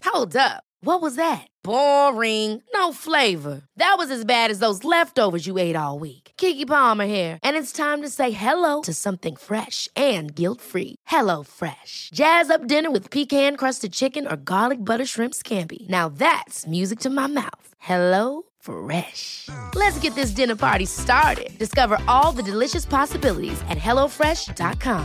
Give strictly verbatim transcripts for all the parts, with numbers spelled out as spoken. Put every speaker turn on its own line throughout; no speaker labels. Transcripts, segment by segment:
Hold up. What was that? Boring. No flavor. That was as bad as those leftovers you ate all week. Keke Palmer here, and it's time to say hello to something fresh and guilt-free. Hello Fresh. Jazz up dinner with pecan-crusted chicken or garlic butter shrimp scampi. Now that's music to my mouth. Hello Fresh. Let's get this dinner party started. Discover all the delicious possibilities at hello fresh dot com.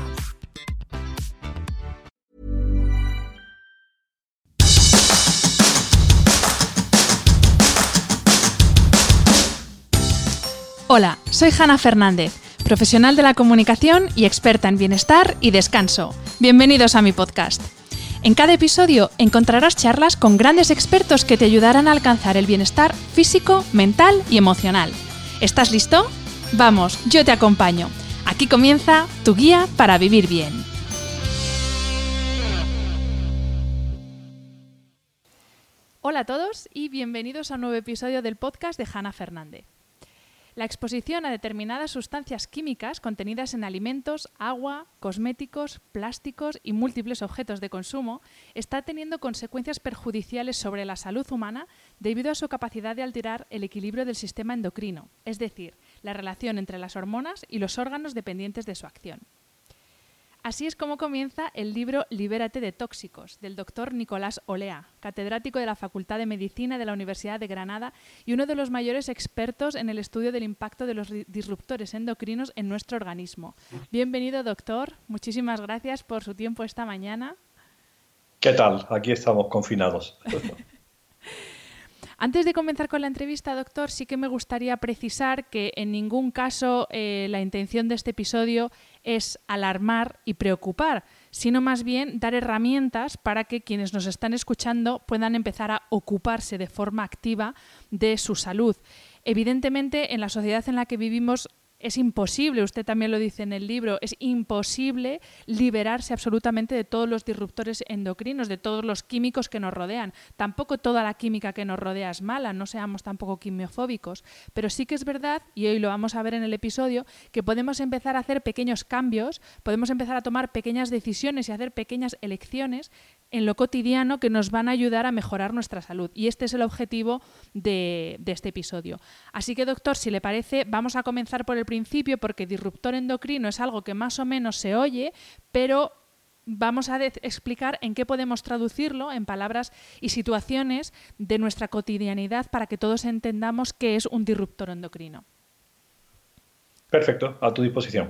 Hola, soy Hanna Fernández, profesional de la comunicación y experta en bienestar y descanso. Bienvenidos a mi podcast. En cada episodio encontrarás charlas con grandes expertos que te ayudarán a alcanzar el bienestar físico, mental y emocional. ¿Estás listo? Vamos, yo te acompaño. Aquí comienza tu guía para vivir bien. Hola a todos y bienvenidos a un nuevo episodio del podcast de Hanna Fernández. La exposición a determinadas sustancias químicas contenidas en alimentos, agua, cosméticos, plásticos y múltiples objetos de consumo está teniendo consecuencias perjudiciales sobre la salud humana debido a su capacidad de alterar el equilibrio del sistema endocrino, es decir, la relación entre las hormonas y los órganos dependientes de su acción. Así es como comienza el libro Libérate de tóxicos, del doctor Nicolás Olea, catedrático de la Facultad de Medicina de la Universidad de Granada y uno de los mayores expertos en el estudio del impacto de los disruptores endocrinos en nuestro organismo. Bienvenido, doctor. Muchísimas gracias por su tiempo esta mañana.
¿Qué tal? Aquí estamos confinados.
Antes de comenzar con la entrevista, doctor, sí que me gustaría precisar que en ningún caso eh, la intención de este episodio es alarmar y preocupar, sino más bien dar herramientas para que quienes nos están escuchando puedan empezar a ocuparse de forma activa de su salud. Evidentemente, en la sociedad en la que vivimos es imposible, usted también lo dice en el libro, es imposible liberarse absolutamente de todos los disruptores endocrinos, de todos los químicos que nos rodean. Tampoco toda la química que nos rodea es mala, no seamos tampoco quimiofóbicos, pero sí que es verdad, y hoy lo vamos a ver en el episodio, que podemos empezar a hacer pequeños cambios, podemos empezar a tomar pequeñas decisiones y hacer pequeñas elecciones en lo cotidiano que nos van a ayudar a mejorar nuestra salud. Y este es el objetivo de, de este episodio. Así que, doctor, si le parece, vamos a comenzar por el principio, porque disruptor endocrino es algo que más o menos se oye, pero vamos a de- explicar en qué podemos traducirlo en palabras y situaciones de nuestra cotidianidad para que todos entendamos qué es un disruptor endocrino.
Perfecto, a tu disposición.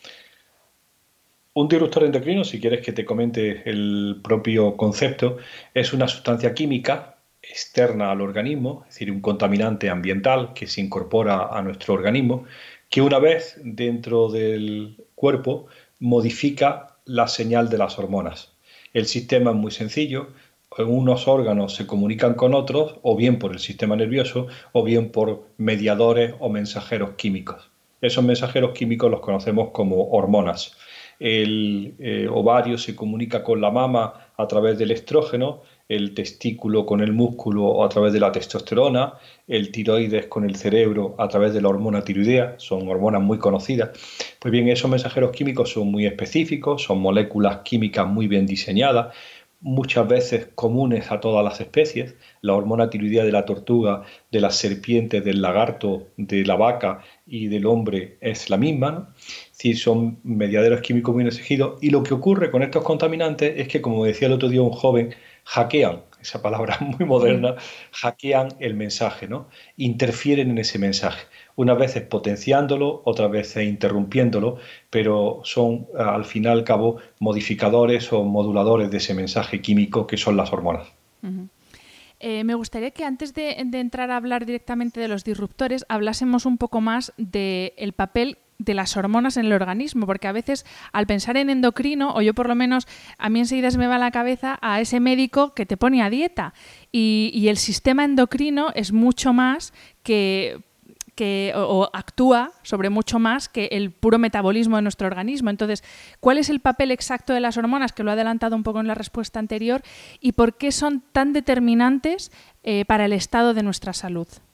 Un disruptor endocrino, si quieres que te comente el propio concepto, es una sustancia química externa al organismo, es decir, un contaminante ambiental que se incorpora a nuestro organismo, que una vez dentro del cuerpo modifica la señal de las hormonas. El sistema es muy sencillo, unos órganos se comunican con otros, o bien por el sistema nervioso, o bien por mediadores o mensajeros químicos. Esos mensajeros químicos los conocemos como hormonas. El eh, ovario se comunica con la mama a través del estrógeno, el testículo con el músculo a través de la testosterona, el tiroides con el cerebro a través de la hormona tiroidea, son hormonas muy conocidas. Pues bien, esos mensajeros químicos son muy específicos, son moléculas químicas muy bien diseñadas, muchas veces comunes a todas las especies. La hormona tiroidea de la tortuga, de las serpientes, del lagarto, de la vaca y del hombre es la misma, ¿no? Sí, son mediaderos químicos muy exigidos. Y lo que ocurre con estos contaminantes es que, como decía el otro día un joven, hackean, esa palabra muy moderna, hackean el mensaje, ¿no? Interfieren en ese mensaje, unas veces potenciándolo, otras veces interrumpiéndolo, pero son al fin y al cabo modificadores o moduladores de ese mensaje químico que son las hormonas.
Uh-huh. Eh, me gustaría que antes de, de entrar a hablar directamente de los disruptores, hablásemos un poco más del papel de las hormonas en el organismo, porque a veces al pensar en endocrino, o yo por lo menos, a mí enseguida se me va a la cabeza a ese médico que te pone a dieta, y, y el sistema endocrino es mucho más que... Que, o, o actúa sobre mucho más que el puro metabolismo de nuestro organismo. Entonces, ¿cuál es el papel exacto de las hormonas? Que lo he adelantado un poco en la respuesta anterior. ¿Y por qué son tan determinantes eh, para el estado de nuestra salud?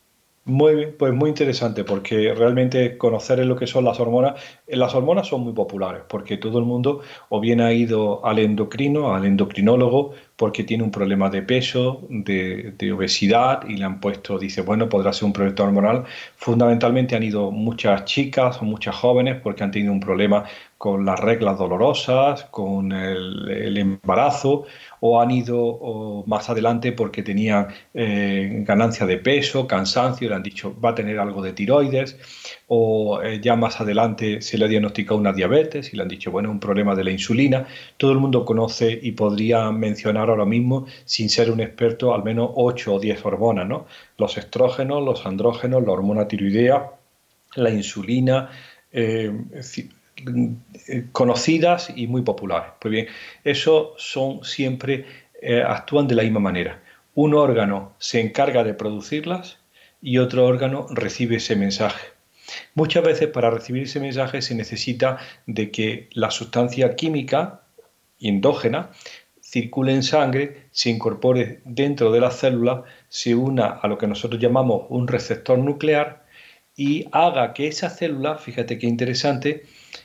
Muy bien, pues muy interesante porque realmente conocer lo que son las hormonas, eh, las hormonas son muy populares porque todo el mundo o bien ha ido al endocrino, al endocrinólogo, porque tiene un problema de peso, de, de obesidad y le han puesto, dice, bueno, podrá ser un proyecto hormonal. Fundamentalmente han ido muchas chicas o muchas jóvenes porque han tenido un problema con las reglas dolorosas, con el, el embarazo, o han ido o más adelante porque tenían eh, ganancia de peso, cansancio, le han dicho va a tener algo de tiroides, o eh, ya más adelante se le ha diagnosticado una diabetes y le han dicho, bueno, un problema de la insulina. Todo el mundo conoce y podría mencionar ahora mismo, sin ser un experto, al menos ocho o diez hormonas, ¿no? Los estrógenos, los andrógenos, la hormona tiroidea, la insulina, eh, conocidas y muy populares. Pues bien, eso son siempre, eh, actúan de la misma manera. Un órgano se encarga de producirlas y otro órgano recibe ese mensaje. Muchas veces para recibir ese mensaje se necesita de que la sustancia química endógena circule en sangre, se incorpore dentro de las células, se una a lo que nosotros llamamos un receptor nuclear y haga que esa célula, fíjate qué interesante,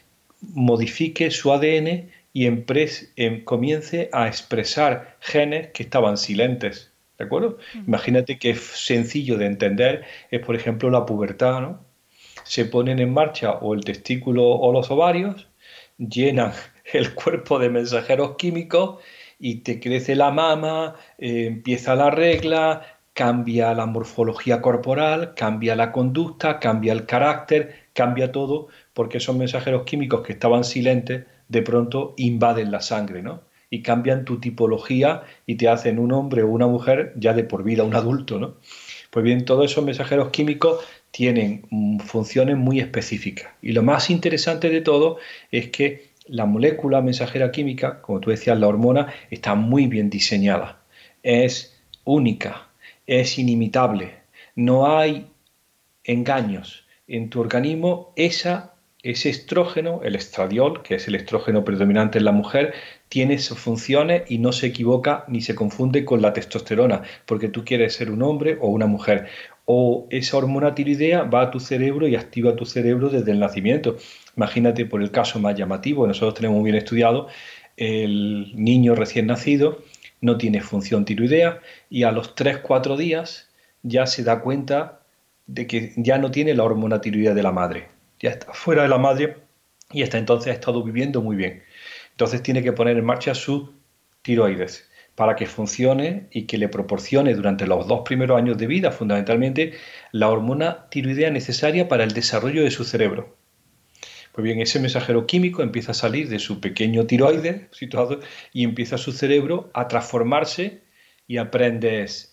modifique su A D N y empres, em, comience a expresar genes que estaban silentes. ¿De acuerdo? Uh-huh. Imagínate que es sencillo de entender, es por ejemplo la pubertad, ¿no? Se ponen en marcha o el testículo o los ovarios, llenan el cuerpo de mensajeros químicos y te crece la mama, eh, empieza la regla, cambia la morfología corporal, cambia la conducta, cambia el carácter, cambia todo, porque esos mensajeros químicos que estaban silentes de pronto invaden la sangre, ¿no? Y cambian tu tipología y te hacen un hombre o una mujer ya de por vida, un adulto, ¿no? Pues bien, todos esos mensajeros químicos tienen funciones muy específicas. Y lo más interesante de todo es que la molécula mensajera química, como tú decías, la hormona, está muy bien diseñada. Es única, es inimitable. No hay engaños. En tu organismo, esa, ese estrógeno, el estradiol, que es el estrógeno predominante en la mujer, tiene sus funciones y no se equivoca ni se confunde con la testosterona, porque tú quieres ser un hombre o una mujer. O esa hormona tiroidea va a tu cerebro y activa tu cerebro desde el nacimiento. Imagínate, por el caso más llamativo, nosotros tenemos muy bien estudiado, el niño recién nacido no tiene función tiroidea y a los tres cuatro días ya se da cuenta de que ya no tiene la hormona tiroidea de la madre. Ya está fuera de la madre y hasta entonces ha estado viviendo muy bien. Entonces tiene que poner en marcha su tiroides para que funcione y que le proporcione durante los dos primeros años de vida, fundamentalmente, la hormona tiroidea necesaria para el desarrollo de su cerebro. Pues bien, ese mensajero químico empieza a salir de su pequeño tiroides situado y empieza su cerebro a transformarse y aprendes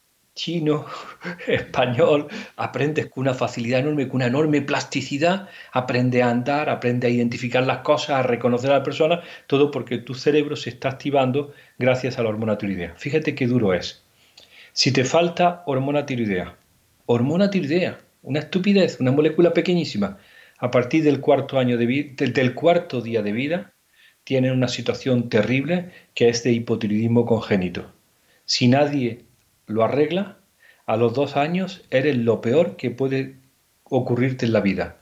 chino, español, aprendes con una facilidad enorme, con una enorme plasticidad, aprende a andar, aprende a identificar las cosas, a reconocer a la persona, todo porque tu cerebro se está activando gracias a la hormona tiroidea. Fíjate qué duro es. Si te falta hormona tiroidea, hormona tiroidea, una estupidez, una molécula pequeñísima, a partir del cuarto año de vida, del, del cuarto día de vida, tienen una situación terrible que es de hipotiroidismo congénito. Si nadie lo arregla, a los dos años eres lo peor que puede ocurrirte en la vida.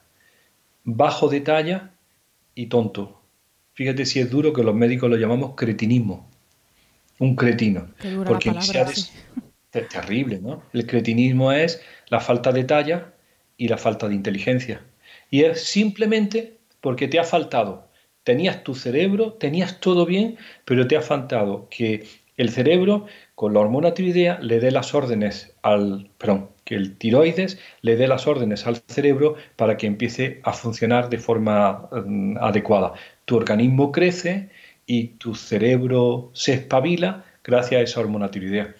Bajo de talla y tonto. Fíjate si es duro que los médicos lo llamamos cretinismo. Un cretino.
Qué dura
porque
la palabra,
es
sí.
terrible, ¿no? El cretinismo es la falta de talla y la falta de inteligencia. Y es simplemente porque te ha faltado. Tenías tu cerebro, tenías todo bien, pero te ha faltado que el cerebro, con la hormona tiroidea, le dé las órdenes al, perdón, que el tiroides le dé las órdenes al cerebro para que empiece a funcionar de forma um, adecuada. Tu organismo crece y tu cerebro se espabila gracias a esa hormona tiroidea.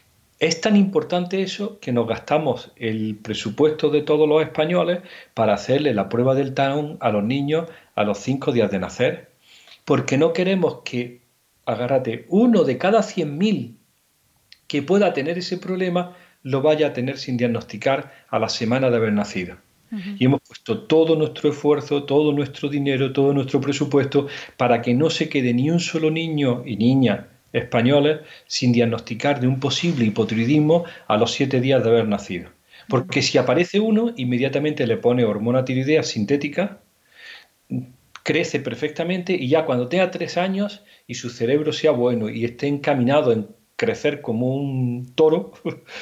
Es tan importante eso que nos gastamos el presupuesto de todos los españoles para hacerle la prueba del talón a los niños a los cinco días de nacer, porque no queremos que, agárrate, uno de cada cien mil que pueda tener ese problema lo vaya a tener sin diagnosticar a la semana de haber nacido. Uh-huh. Y hemos puesto todo nuestro esfuerzo, todo nuestro dinero, todo nuestro presupuesto para que no se quede ni un solo niño y niña españoles sin diagnosticar de un posible hipotiroidismo a los siete días de haber nacido. Porque si aparece uno, inmediatamente le pone hormona tiroidea sintética, crece perfectamente y ya cuando tenga tres años y su cerebro sea bueno y esté encaminado en crecer como un toro,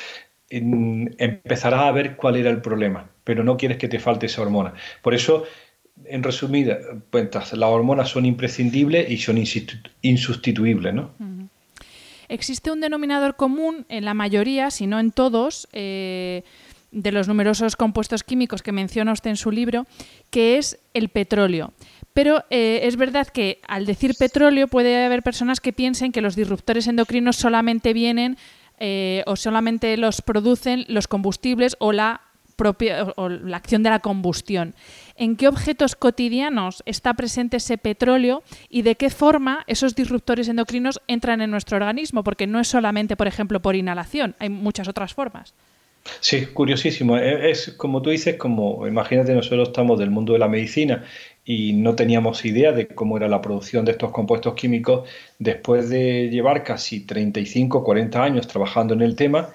en, empezarás a ver cuál era el problema, pero no quieres que te falte esa hormona. Por eso, en resumida cuentas, las hormonas son imprescindibles y son insustituibles, ¿no?
Uh-huh. Existe un denominador común en la mayoría, si no en todos, eh, de los numerosos compuestos químicos que menciona usted en su libro, que es el petróleo. Pero eh, es verdad que al decir petróleo puede haber personas que piensen que los disruptores endocrinos solamente vienen eh, o solamente los producen los combustibles o la propia o la acción de la combustión. ¿En qué objetos cotidianos está presente ese petróleo y de qué forma esos disruptores endocrinos entran en nuestro organismo? Porque no es solamente, por ejemplo, por inhalación, hay muchas otras formas.
Sí, curiosísimo. Es, es como tú dices, como imagínate, nosotros estamos del mundo de la medicina y no teníamos idea de cómo era la producción de estos compuestos químicos. Después de llevar casi treinta y cinco, cuarenta años trabajando en el tema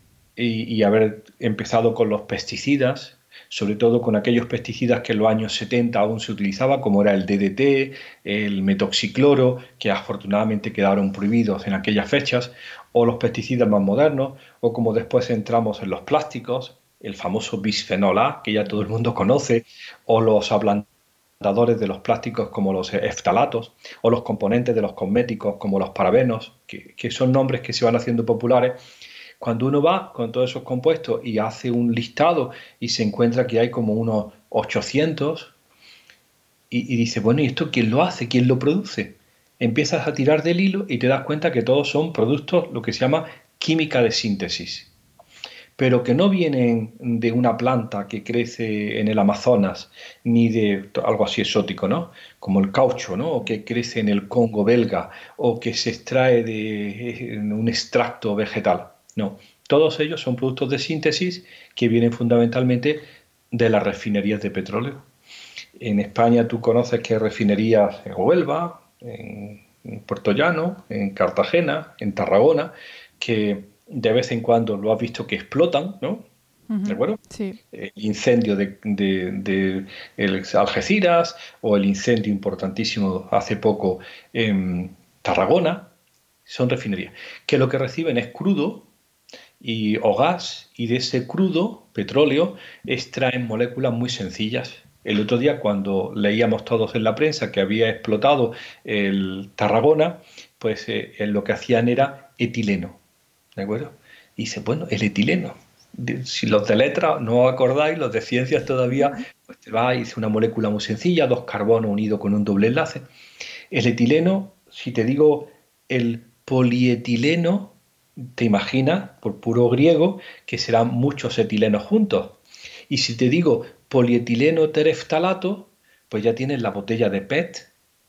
y, y haber empezado con los pesticidas, sobre todo con aquellos pesticidas que en los años setenta aún se utilizaba, como era el D D T, el metoxicloro, que afortunadamente quedaron prohibidos en aquellas fechas, o los pesticidas más modernos, o como después entramos en los plásticos, el famoso bisfenol A, que ya todo el mundo conoce, o los ablandadores de los plásticos como los eftalatos, o los componentes de los cosméticos como los parabenos, que, que son nombres que se van haciendo populares. Cuando uno va con todos esos compuestos y hace un listado y se encuentra que hay como unos ochocientos y, y dice, bueno, ¿y esto quién lo hace? ¿Quién lo produce? Empiezas a tirar del hilo y te das cuenta que todos son productos, lo que se llama química de síntesis, pero que no vienen de una planta que crece en el Amazonas, ni de algo así exótico, ¿no? Como el caucho, ¿no? O que crece en el Congo belga, o que se extrae de un extracto vegetal. No, todos ellos son productos de síntesis que vienen fundamentalmente de las refinerías de petróleo. En España tú conoces que hay refinerías en Huelva, en Puerto Llano, en Cartagena, en Tarragona, que de vez en cuando lo has visto que explotan, ¿no?
Uh-huh.
¿De acuerdo?
Sí.
El incendio de, de, de el Algeciras o el incendio importantísimo hace poco en Tarragona, son refinerías, que lo que reciben es crudo y, o gas, y de ese crudo, petróleo, extraen moléculas muy sencillas. El otro día, cuando leíamos todos en la prensa que había explotado el Tarragona, pues eh, lo que hacían era etileno, ¿de acuerdo? Y dice, bueno, el etileno, si los de letras no os acordáis, los de ciencias todavía, pues te va y dice una molécula muy sencilla, dos carbonos unidos con un doble enlace. El etileno, si te digo el polietileno, te imaginas, por puro griego, que serán muchos etilenos juntos. Y si te digo polietileno tereftalato, pues ya tienes la botella de P E T.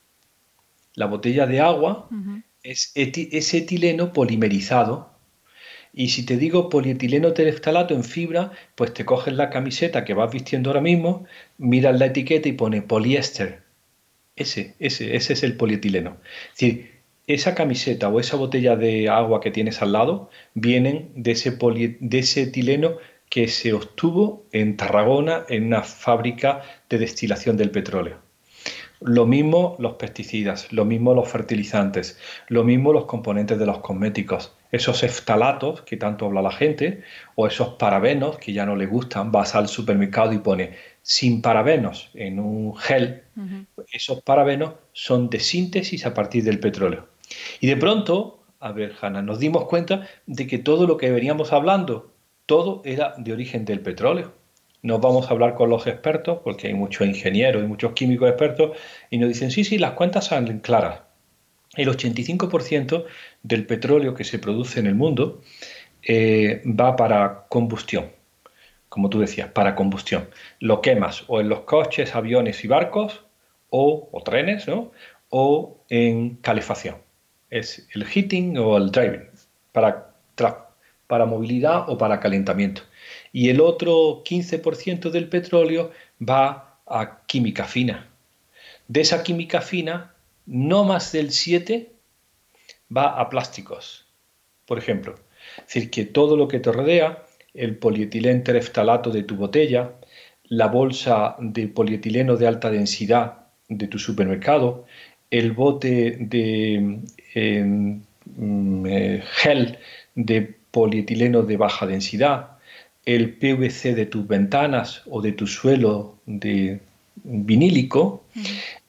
La botella de agua uh-huh. es, eti es etileno polimerizado. Y si te digo polietileno tereftalato en fibra, pues te coges la camiseta que vas vistiendo ahora mismo, miras la etiqueta y pone poliéster. Ese, ese, ese es el polietileno. Es decir, esa camiseta o esa botella de agua que tienes al lado vienen de ese, poli, de ese etileno que se obtuvo en Tarragona en una fábrica de destilación del petróleo. Lo mismo los pesticidas, lo mismo los fertilizantes, lo mismo los componentes de los cosméticos. Esos eftalatos que tanto habla la gente o esos parabenos que ya no le gustan, vas al supermercado y pone sin parabenos en un gel. Uh-huh. Esos parabenos son de síntesis a partir del petróleo. Y de pronto, a ver, Hanna, nos dimos cuenta de que todo lo que veníamos hablando, todo era de origen del petróleo. Nos vamos a hablar con los expertos, porque hay muchos ingenieros y muchos químicos expertos, y nos dicen, sí, sí, las cuentas salen claras. El ochenta y cinco por ciento del petróleo que se produce en el mundo eh, va para combustión, como tú decías, para combustión. Lo quemas o en los coches, aviones y barcos, o, o trenes, ¿no? O en calefacción. Es el heating o el driving, para, para movilidad o para calentamiento. Y el otro quince por ciento del petróleo va a química fina. De esa química fina, no más del siete por ciento va a plásticos, por ejemplo. Es decir, que todo lo que te rodea, el polietileno tereftalato de tu botella, la bolsa de polietileno de alta densidad de tu supermercado, el bote de eh, eh, gel de polietileno de baja densidad, el P V C de tus ventanas o de tu suelo de vinílico, uh-huh.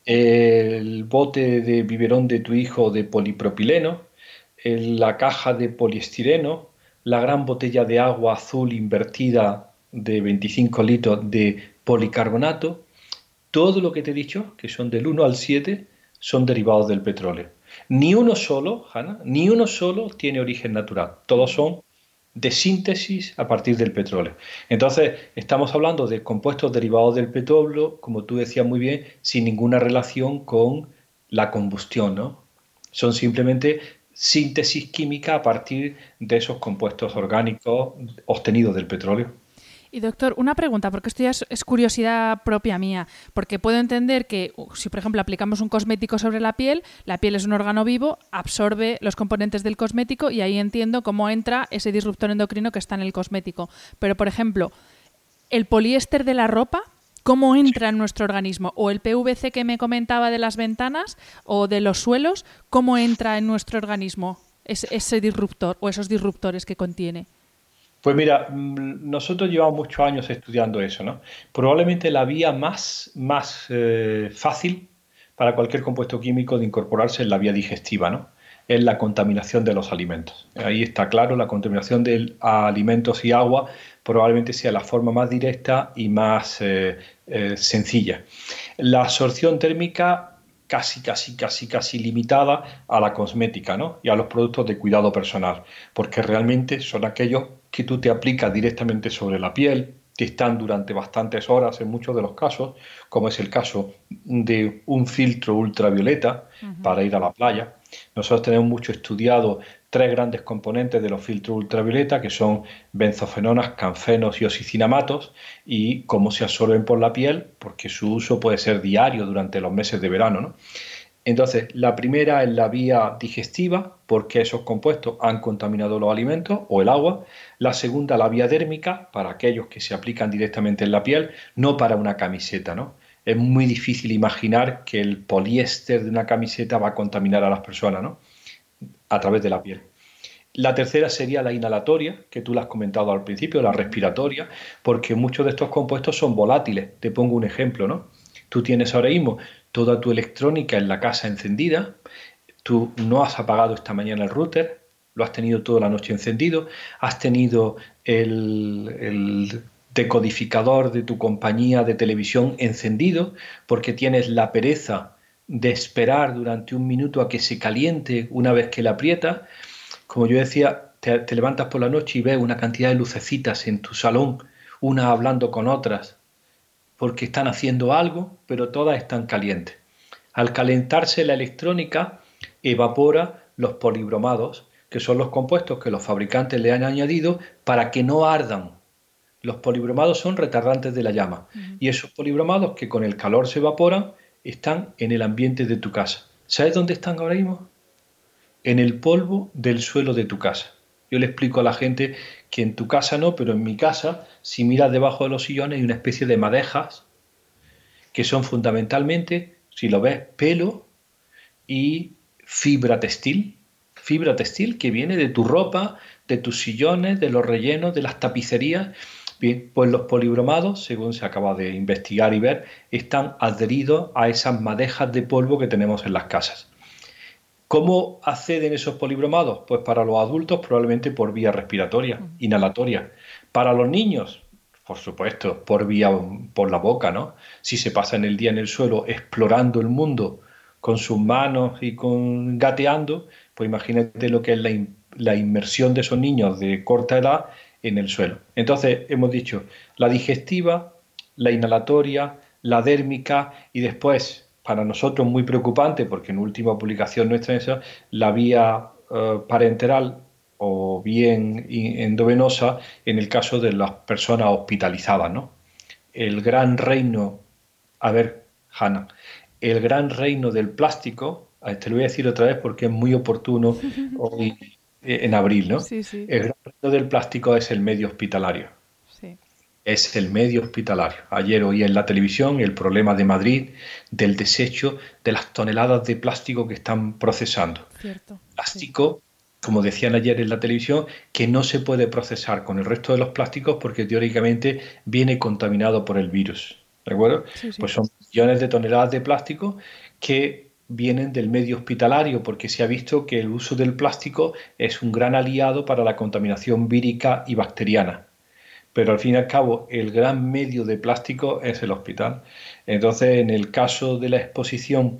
el bote de biberón de tu hijo de polipropileno, el, la caja de poliestireno, la gran botella de agua azul invertida de veinticinco litros de policarbonato. Todo lo que te he dicho, que son del uno al siete, son derivados del petróleo. Ni uno solo, Hanna, ni uno solo tiene origen natural. Todos son de síntesis a partir del petróleo. Entonces, estamos hablando de compuestos derivados del petróleo, como tú decías muy bien, sin ninguna relación con la combustión, ¿no? Son simplemente síntesis química a partir de esos compuestos orgánicos obtenidos del petróleo.
Y doctor, una pregunta, porque esto ya es, es curiosidad propia mía, porque puedo entender que si, por ejemplo, aplicamos un cosmético sobre la piel, la piel es un órgano vivo, absorbe los componentes del cosmético y ahí entiendo cómo entra ese disruptor endocrino que está en el cosmético. Pero, por ejemplo, el poliéster de la ropa, ¿cómo entra en nuestro organismo? O el P V C que me comentaba de las ventanas o de los suelos, ¿cómo entra en nuestro organismo ese, ese disruptor o esos disruptores que contiene?
Pues mira, nosotros llevamos muchos años estudiando eso, ¿no? Probablemente la vía más, más eh, fácil para cualquier compuesto químico de incorporarse es la vía digestiva, ¿no? Es la contaminación de los alimentos. Ahí está claro, la contaminación de alimentos y agua probablemente sea la forma más directa y más eh, eh, sencilla. La absorción térmica casi, casi, casi, casi limitada a la cosmética, ¿no? Y a los productos de cuidado personal, porque realmente son aquellos que tú te aplicas directamente sobre la piel, que están durante bastantes horas en muchos de los casos, como es el caso de un filtro ultravioleta uh-huh. para ir a la playa. Nosotros tenemos mucho estudiado tres grandes componentes de los filtros ultravioleta, que son benzofenonas, canfenos y oxicinamatos, y cómo se absorben por la piel, porque su uso puede ser diario durante los meses de verano, ¿no? Entonces, la primera es la vía digestiva, porque esos compuestos han contaminado los alimentos o el agua. La segunda, la vía dérmica, para aquellos que se aplican directamente en la piel, no para una camiseta, ¿no? Es muy difícil imaginar que el poliéster de una camiseta va a contaminar a las personas, ¿no? A través de la piel. La tercera sería la inhalatoria, que tú la has comentado al principio, la respiratoria, porque muchos de estos compuestos son volátiles. Te pongo un ejemplo, ¿no? Tú tienes ahora mismo toda tu electrónica en la casa encendida, tú no has apagado esta mañana el router, lo has tenido toda la noche encendido, has tenido el, el decodificador de tu compañía de televisión encendido porque tienes la pereza de esperar durante un minuto a que se caliente una vez que la aprietas. Como yo decía, te, te levantas por la noche y ves una cantidad de lucecitas en tu salón, unas hablando con otras, porque están haciendo algo, pero todas están calientes. Al calentarse la electrónica, evapora los polibromados, que son los compuestos que los fabricantes le han añadido para que no ardan. Los polibromados son retardantes de la llama. Uh-huh. Y esos polibromados que con el calor se evaporan, están en el ambiente de tu casa. ¿Sabes dónde están ahora mismo? En el polvo del suelo de tu casa. Yo le explico a la gente que en tu casa no, pero en mi casa, si miras debajo de los sillones, hay una especie de madejas que son fundamentalmente, si lo ves, pelo y fibra textil. Fibra textil que viene de tu ropa, de tus sillones, de los rellenos, de las tapicerías. Bien, pues los polibromados, según se acaba de investigar y ver, están adheridos a esas madejas de polvo que tenemos en las casas. ¿Cómo acceden esos polibromados? Pues para los adultos probablemente por vía respiratoria, inhalatoria. Para los niños, por supuesto, por vía, por la boca, ¿no? Si se pasan el día en el suelo explorando el mundo con sus manos y con gateando, pues imagínate lo que es la, in, la inmersión de esos niños de corta edad en el suelo. Entonces, hemos dicho la digestiva, la inhalatoria, la dérmica y después, para nosotros muy preocupante, porque en última publicación nuestra esa, la vía uh, parenteral o bien endovenosa en el caso de las personas hospitalizadas, ¿no? El gran reino, a ver, Hanna, el gran reino del plástico, te lo voy a decir otra vez porque es muy oportuno hoy en abril, ¿no?
Sí, sí,
El gran reto del plástico es el medio hospitalario.
sí,
Es el medio hospitalario. Ayer oí en la televisión el problema de Madrid del desecho de las toneladas de plástico que están procesando.
cierto, sí.
Plástico, como decían ayer en la televisión, que no se puede procesar con el resto de los plásticos porque teóricamente viene contaminado por el virus. ¿De acuerdo?
Sí, sí.
Pues son millones de toneladas de plástico que vienen del medio hospitalario porque se ha visto que el uso del plástico es un gran aliado para la contaminación vírica y bacteriana, pero al fin y al cabo el gran medio de plástico es el hospital. Entonces, en el caso de la exposición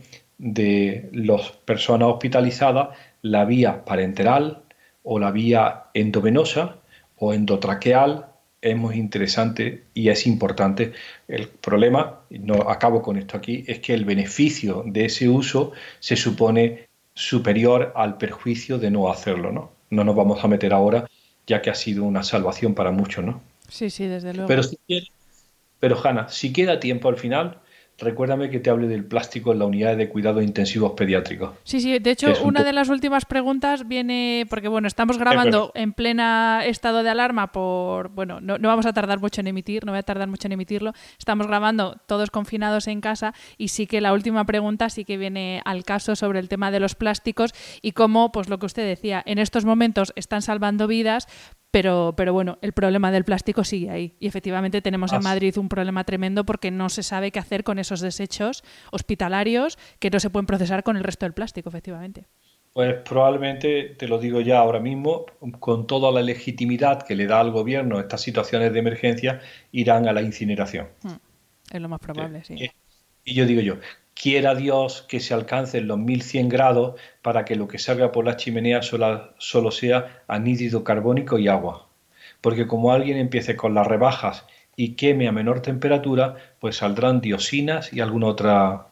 de las personas hospitalizadas, la vía parenteral o la vía endovenosa o endotraqueal es muy interesante y es importante. El problema, y no acabo con esto aquí, es que el beneficio de ese uso se supone superior al perjuicio de no hacerlo, ¿no? No nos vamos a meter ahora, ya que ha sido una salvación para muchos, ¿no?
Sí, sí, desde luego.
Pero si quieres, pero Hanna, si queda tiempo al final, recuérdame que te hable del plástico en la unidad de cuidados intensivos pediátricos,
Sí, sí, de
que
hecho,
es un
una
tema.
de las últimas preguntas viene porque, bueno, estamos
Es verdad.
grabando en plena estado de alarma por, bueno, no, no vamos a tardar mucho en emitir, no voy a tardar mucho en emitirlo, estamos grabando todos confinados en casa y sí que la última pregunta sí que viene al caso sobre el tema de los plásticos y cómo, pues lo que usted decía, en estos momentos están salvando vidas, pero, pero bueno, el problema del plástico sigue ahí. Y efectivamente tenemos en
As-
Madrid un problema tremendo porque no se sabe qué hacer con esos desechos hospitalarios que no se pueden procesar con el resto del plástico, efectivamente.
Pues probablemente, te lo digo ya ahora mismo, con toda la legitimidad que le da al gobierno estas situaciones de emergencia, irán a la incineración.
Hmm. Es lo más probable, sí.
Eh, Y yo digo yo, quiera Dios que se alcancen los mil cien grados para que lo que salga por la chimenea solo, solo sea anhídrido carbónico y agua. Porque como alguien empiece con las rebajas y queme a menor temperatura, pues saldrán dioxinas y alguna otra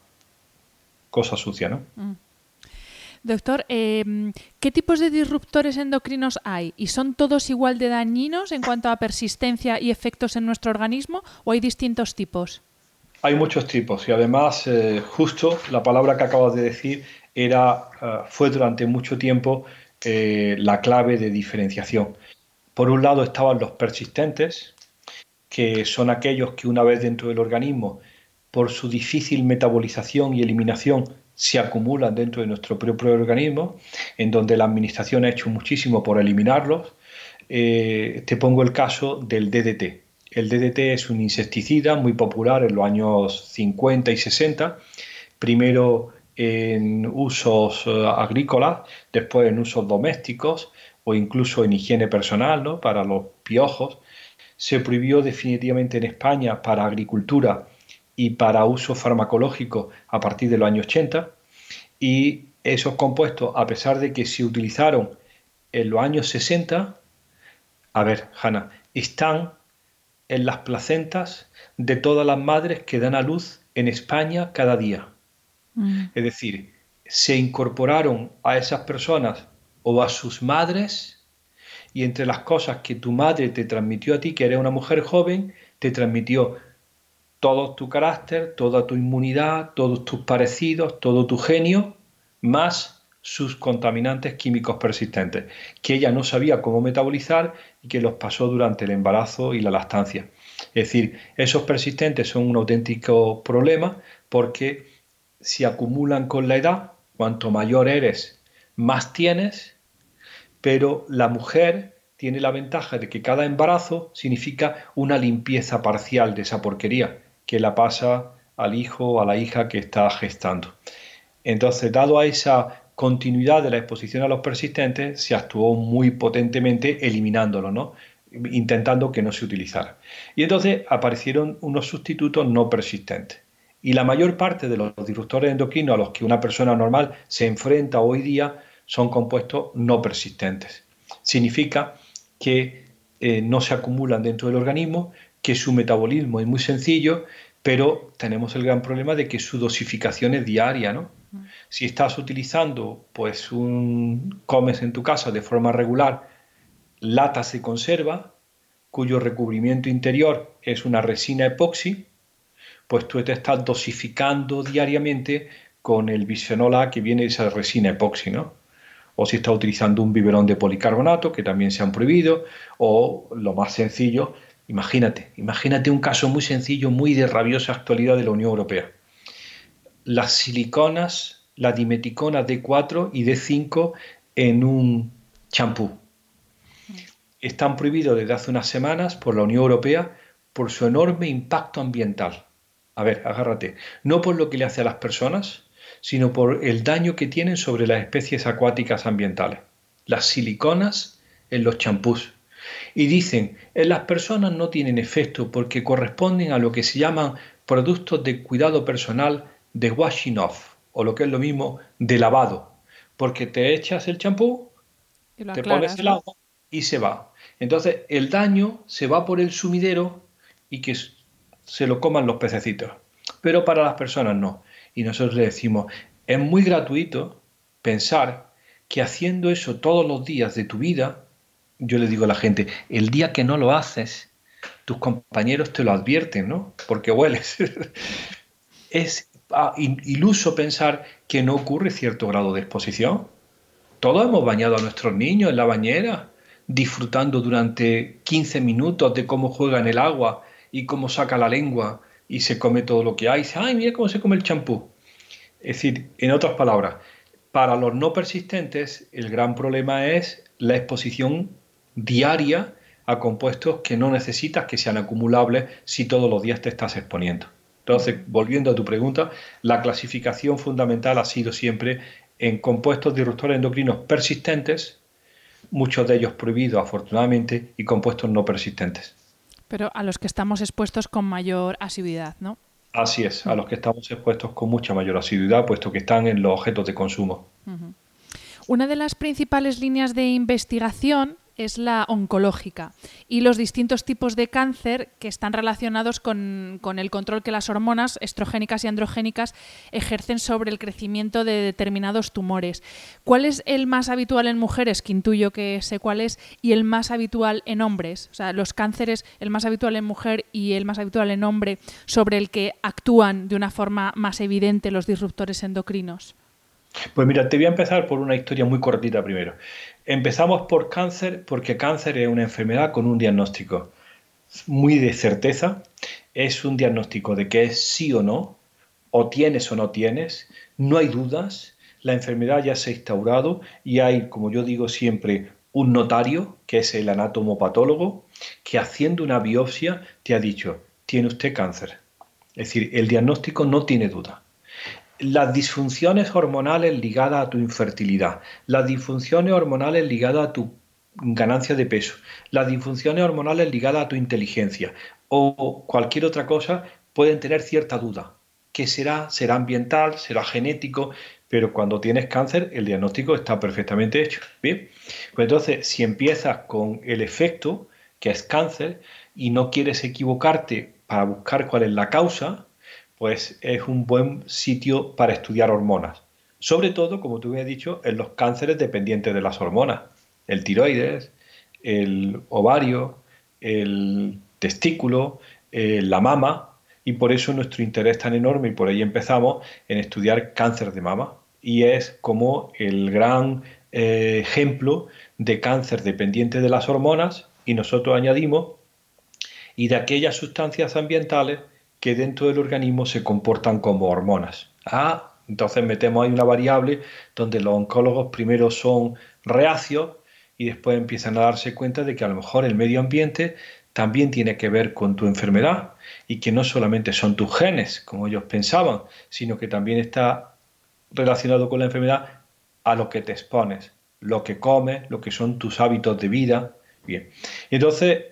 cosa sucia, ¿no?
Mm. Doctor, eh, ¿qué tipos de disruptores endocrinos hay? ¿Y son todos igual de dañinos en cuanto a persistencia y efectos en nuestro organismo o hay distintos tipos?
Hay muchos tipos y además eh, justo la palabra que acabas de decir era, eh, fue durante mucho tiempo eh, la clave de diferenciación. Por un lado estaban los persistentes, que son aquellos que una vez dentro del organismo, por su difícil metabolización y eliminación, se acumulan dentro de nuestro propio organismo, en donde la administración ha hecho muchísimo por eliminarlos. Eh, te pongo el caso del D D T. El D D T es un insecticida muy popular en los años cincuenta y sesenta, primero en usos eh, agrícolas, después en usos domésticos o incluso en higiene personal, ¿no? Para los piojos. Se prohibió definitivamente en España para agricultura y para uso farmacológico a partir de los años ochenta, y esos compuestos, a pesar de que se utilizaron en los años sesenta, a ver, Hanna, están en las placentas de todas las madres que dan a luz en España cada día.
Mm.
Es decir, se incorporaron a esas personas o a sus madres, y entre las cosas que tu madre te transmitió a ti, que eres una mujer joven, te transmitió todo tu carácter, toda tu inmunidad, todos tus parecidos, todo tu genio, más sus contaminantes químicos persistentes, que ella no sabía cómo metabolizar y que los pasó durante el embarazo y la lactancia. Es decir, esos persistentes son un auténtico problema porque se acumulan con la edad, cuanto mayor eres, más tienes, pero la mujer tiene la ventaja de que cada embarazo significa una limpieza parcial de esa porquería que la pasa al hijo o a la hija que está gestando. Entonces, dado a esa continuidad de la exposición a los persistentes, se actuó muy potentemente eliminándolo, ¿no? Intentando que no se utilizara. Y entonces aparecieron unos sustitutos no persistentes. Y la mayor parte de los disruptores endocrinos a los que una persona normal se enfrenta hoy día son compuestos no persistentes. Significa que eh, no se acumulan dentro del organismo, que su metabolismo es muy sencillo, pero tenemos el gran problema de que su dosificación es diaria, ¿no? Si estás utilizando, pues, un, comes en tu casa de forma regular latas de conserva, cuyo recubrimiento interior es una resina epoxi, pues tú te estás dosificando diariamente con el bisfenol A que viene de esa resina epoxi, ¿no? o si estás utilizando un biberón de policarbonato, que también se han prohibido, o lo más sencillo, imagínate, imagínate un caso muy sencillo, muy de rabiosa actualidad de la Unión Europea. Las siliconas, la dimeticona D cuatro y D cinco en un champú. Están prohibidos desde hace unas semanas por la Unión Europea por su enorme impacto ambiental. A ver, agárrate. No por lo que le hace a las personas, sino por el daño que tienen sobre las especies acuáticas ambientales. Las siliconas en los champús. Y dicen, en las personas no tienen efecto porque corresponden a lo que se llaman productos de cuidado personal de washing off, o lo que es lo mismo, de lavado. Porque te echas el champú,
Y lo
te
aclaras,
pones el
¿no?
agua y se va. Entonces el daño se va por el sumidero y que se lo coman los pececitos. Pero para las personas no. Y nosotros le decimos, es muy gratuito pensar que haciendo eso todos los días de tu vida, yo le digo a la gente, el día que no lo haces, tus compañeros te lo advierten, ¿no? Porque hueles. Es ah, iluso pensar que no ocurre cierto grado de exposición. Todos hemos bañado a nuestros niños en la bañera, disfrutando durante quince minutos de cómo juega en el agua y cómo saca la lengua y se come todo lo que hay. Dice, ay, mira cómo se come el champú. Es decir, en otras palabras, para los no persistentes, el gran problema es la exposición diaria a compuestos que no necesitas que sean acumulables si todos los días te estás exponiendo. Entonces, volviendo a tu pregunta, la clasificación fundamental ha sido siempre en compuestos disruptores endocrinos persistentes, muchos de ellos prohibidos afortunadamente, y compuestos no persistentes.
Pero a los que estamos expuestos con mayor asiduidad, ¿no?
Así es, a los que estamos expuestos con mucha mayor asiduidad, puesto que están en los objetos de consumo.
Uh-huh. Una de las principales líneas de investigación es la oncológica y los distintos tipos de cáncer que están relacionados con, con el control que las hormonas estrogénicas y androgénicas ejercen sobre el crecimiento de determinados tumores. ¿Cuál es el más habitual en mujeres, que intuyo que sé cuál es, y el más habitual en hombres? O sea, los cánceres, el más habitual en mujer y el más habitual en hombre, sobre el que actúan de una forma más evidente los disruptores endocrinos.
Pues mira, te voy a empezar por una historia muy cortita primero. Empezamos por cáncer porque cáncer es una enfermedad con un diagnóstico muy de certeza. Es un diagnóstico de que es sí o no, o tienes o no tienes, no hay dudas, la enfermedad ya se ha instaurado y hay, como yo digo siempre, un notario, que es el anatomopatólogo, que haciendo una biopsia te ha dicho, tiene usted cáncer. Es decir, el diagnóstico no tiene duda. Las disfunciones hormonales ligadas a tu infertilidad, las disfunciones hormonales ligadas a tu ganancia de peso, las disfunciones hormonales ligadas a tu inteligencia o cualquier otra cosa pueden tener cierta duda. ¿Qué será? ¿Será ambiental? ¿Será genético? Pero cuando tienes cáncer, el diagnóstico está perfectamente hecho. ¿Bien? Pues entonces, si empiezas con el efecto, que es cáncer, y no quieres equivocarte para buscar cuál es la causa, pues es un buen sitio para estudiar hormonas. Sobre todo, como tú me has dicho, en los cánceres dependientes de las hormonas. El tiroides, el ovario, el testículo, eh, la mama, y por eso nuestro interés tan enorme, y por ahí empezamos, en estudiar cáncer de mama. Y es como el gran eh, ejemplo de cáncer dependiente de las hormonas, y nosotros añadimos, y de aquellas sustancias ambientales que dentro del organismo se comportan como hormonas. Ah, entonces metemos ahí una variable donde los oncólogos primero son reacios y después empiezan a darse cuenta de que a lo mejor el medio ambiente también tiene que ver con tu enfermedad y que no solamente son tus genes, como ellos pensaban, sino que también está relacionado con la enfermedad a lo que te expones, lo que comes, lo que son tus hábitos de vida. Bien, entonces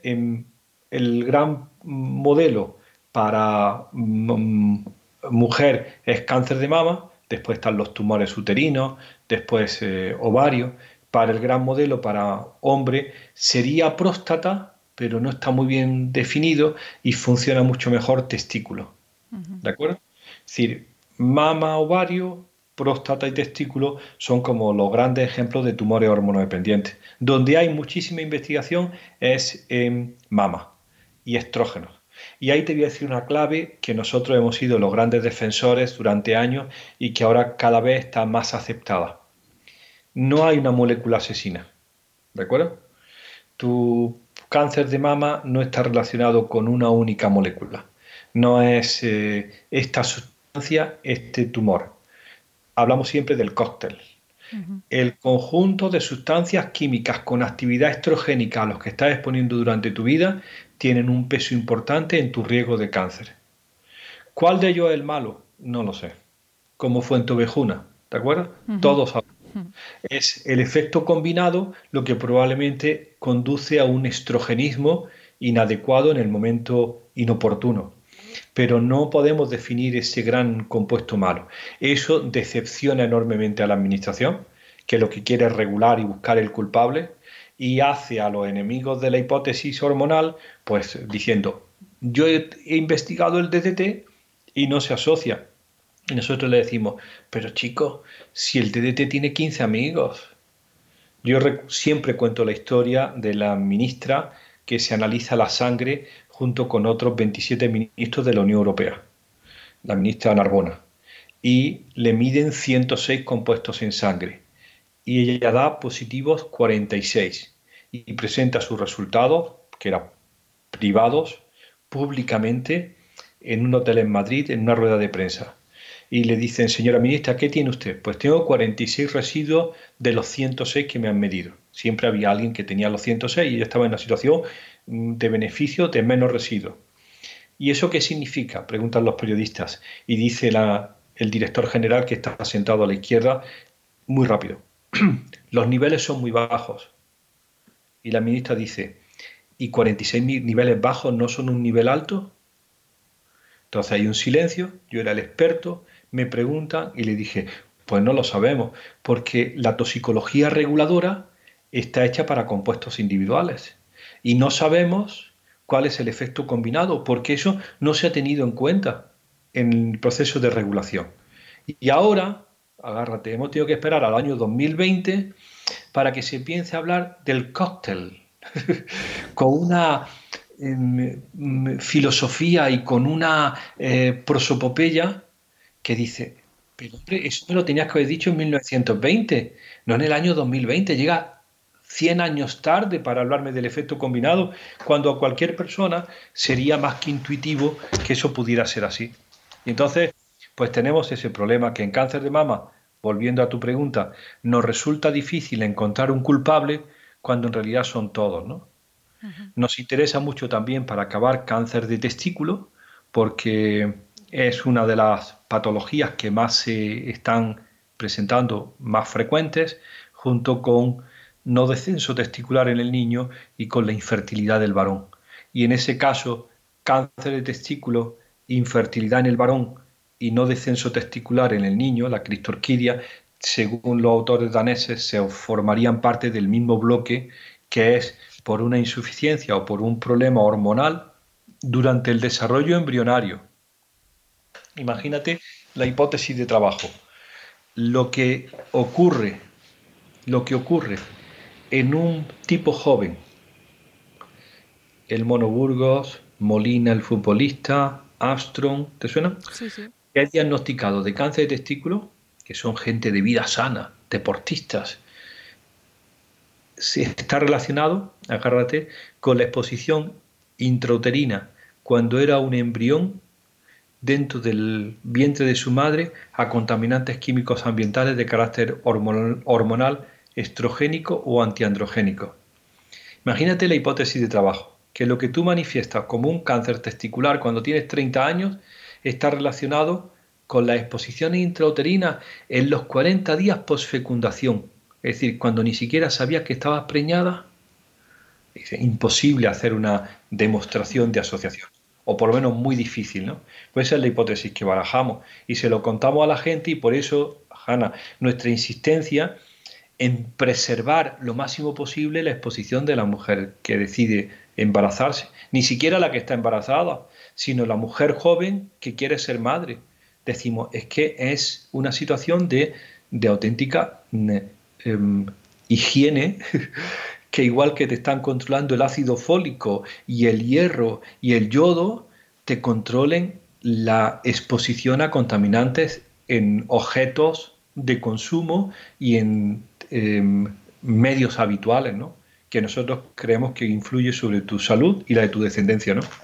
el gran modelo para mm, mujer es cáncer de mama, después están los tumores uterinos, después eh, ovario. Para el gran modelo para hombre sería próstata, pero no está muy bien definido y funciona mucho mejor testículo. Uh-huh. ¿De acuerdo? Es decir, mama, ovario, próstata y testículo son como los grandes ejemplos de tumores hormonodependientes. Donde hay muchísima investigación es en mama y estrógenos. Y ahí te voy a decir una clave que nosotros hemos sido los grandes defensores durante años y que ahora cada vez está más aceptada. no hay una molécula asesina, ¿de acuerdo? Tu cáncer de mama no está relacionado con una única molécula. No es eh, esta sustancia, este tumor. Hablamos siempre del cóctel.
Ujú.
El conjunto de sustancias químicas con actividad estrogénica a los que estás exponiendo durante tu vida tienen un peso importante en tu riesgo de cáncer. ¿Cuál de ellos es el malo? No lo sé. Como fuentovejuna, ¿te acuerdas?
Ujú.
Todos sabemos.
Ujú.
Es el efecto combinado lo que probablemente conduce a un estrogenismo inadecuado en el momento inoportuno. Pero no podemos definir ese gran compuesto malo. Eso decepciona enormemente a la administración, que lo que quiere es regular y buscar el culpable, y hace a los enemigos de la hipótesis hormonal, pues diciendo, yo he, he investigado el D D T y no se asocia. Y nosotros le decimos, pero chicos, si el D D T tiene quince amigos. Yo siempre cuento la historia de la ministra que se analiza la sangre junto con otros veintisiete ministros de la Unión Europea, la ministra Narbona, y le miden ciento seis compuestos en sangre y ella da positivos cuarenta y seis y presenta sus resultados, que eran privados, públicamente en un hotel en Madrid en una rueda de prensa. Y le dicen, señora ministra, ¿qué tiene usted? Pues tengo cuarenta y seis residuos de los ciento seis que me han medido. Siempre había alguien que tenía los ciento seis y ella estaba en una situación de beneficio de menos residuos. ¿Y eso qué significa? Preguntan los periodistas. Y dice la, el director general, que está sentado a la izquierda, muy rápido. Los niveles son muy bajos. Y la ministra dice, ¿y cuarenta y seis niveles bajos no son un nivel alto? Entonces hay un silencio, yo era el experto, me preguntan y le dije, pues no lo sabemos, porque la toxicología reguladora está hecha para compuestos individuales y no sabemos cuál es el efecto combinado, porque eso no se ha tenido en cuenta en el proceso de regulación. Y ahora, agárrate, hemos tenido que esperar al año dos mil veinte para que se piense a hablar del cóctel, con una eh, filosofía y con una eh, prosopopeya que dice, pero hombre, eso me lo tenías que haber dicho en mil novecientos veinte, no en el año dos mil veinte, llega cien años tarde para hablarme del efecto combinado, cuando a cualquier persona sería más que intuitivo que eso pudiera ser así. Y entonces, pues tenemos ese problema que en cáncer de mama, volviendo a tu pregunta, nos resulta difícil encontrar un culpable cuando en realidad son todos, ¿no?
Ujú.
Nos interesa mucho también para acabar cáncer de testículo, porque es una de las patologías que más se están presentando, más frecuentes, junto con no descenso testicular en el niño y con la infertilidad del varón. Y en ese caso, cáncer de testículo, infertilidad en el varón y no descenso testicular en el niño, la cristorquidia, según los autores daneses, se formarían parte del mismo bloque, que es por una insuficiencia o por un problema hormonal durante el desarrollo embrionario. Imagínate la hipótesis de trabajo. Lo que ocurre, lo que ocurre en un tipo joven, el Mono Burgos, Molina el futbolista, Armstrong, ¿te suena?
Sí, sí.
Que es diagnosticado de cáncer de testículo, que son gente de vida sana, deportistas, se está relacionado, agárrate, con la exposición intrauterina cuando era un embrión dentro del vientre de su madre a contaminantes químicos ambientales de carácter hormonal, hormonal estrogénico o antiandrogénico. Imagínate la hipótesis de trabajo, que lo que tú manifiestas como un cáncer testicular cuando tienes treinta años está relacionado con las exposiciones intrauterinas en los cuarenta días posfecundación. Es decir, cuando ni siquiera sabías que estabas preñada, es imposible hacer una demostración de asociación, o por lo menos muy difícil, ¿no? Pues esa es la hipótesis que barajamos y se lo contamos a la gente y por eso, Hanna, nuestra insistencia en preservar lo máximo posible la exposición de la mujer que decide embarazarse, ni siquiera la que está embarazada, sino la mujer joven que quiere ser madre. Decimos, es que es una situación de, de auténtica eh, higiene, que igual que te están controlando el ácido fólico y el hierro y el yodo, te controlen la exposición a contaminantes en objetos de consumo y en eh, medios habituales, ¿no? Que nosotros creemos que influye sobre tu salud y la de tu descendencia, ¿no?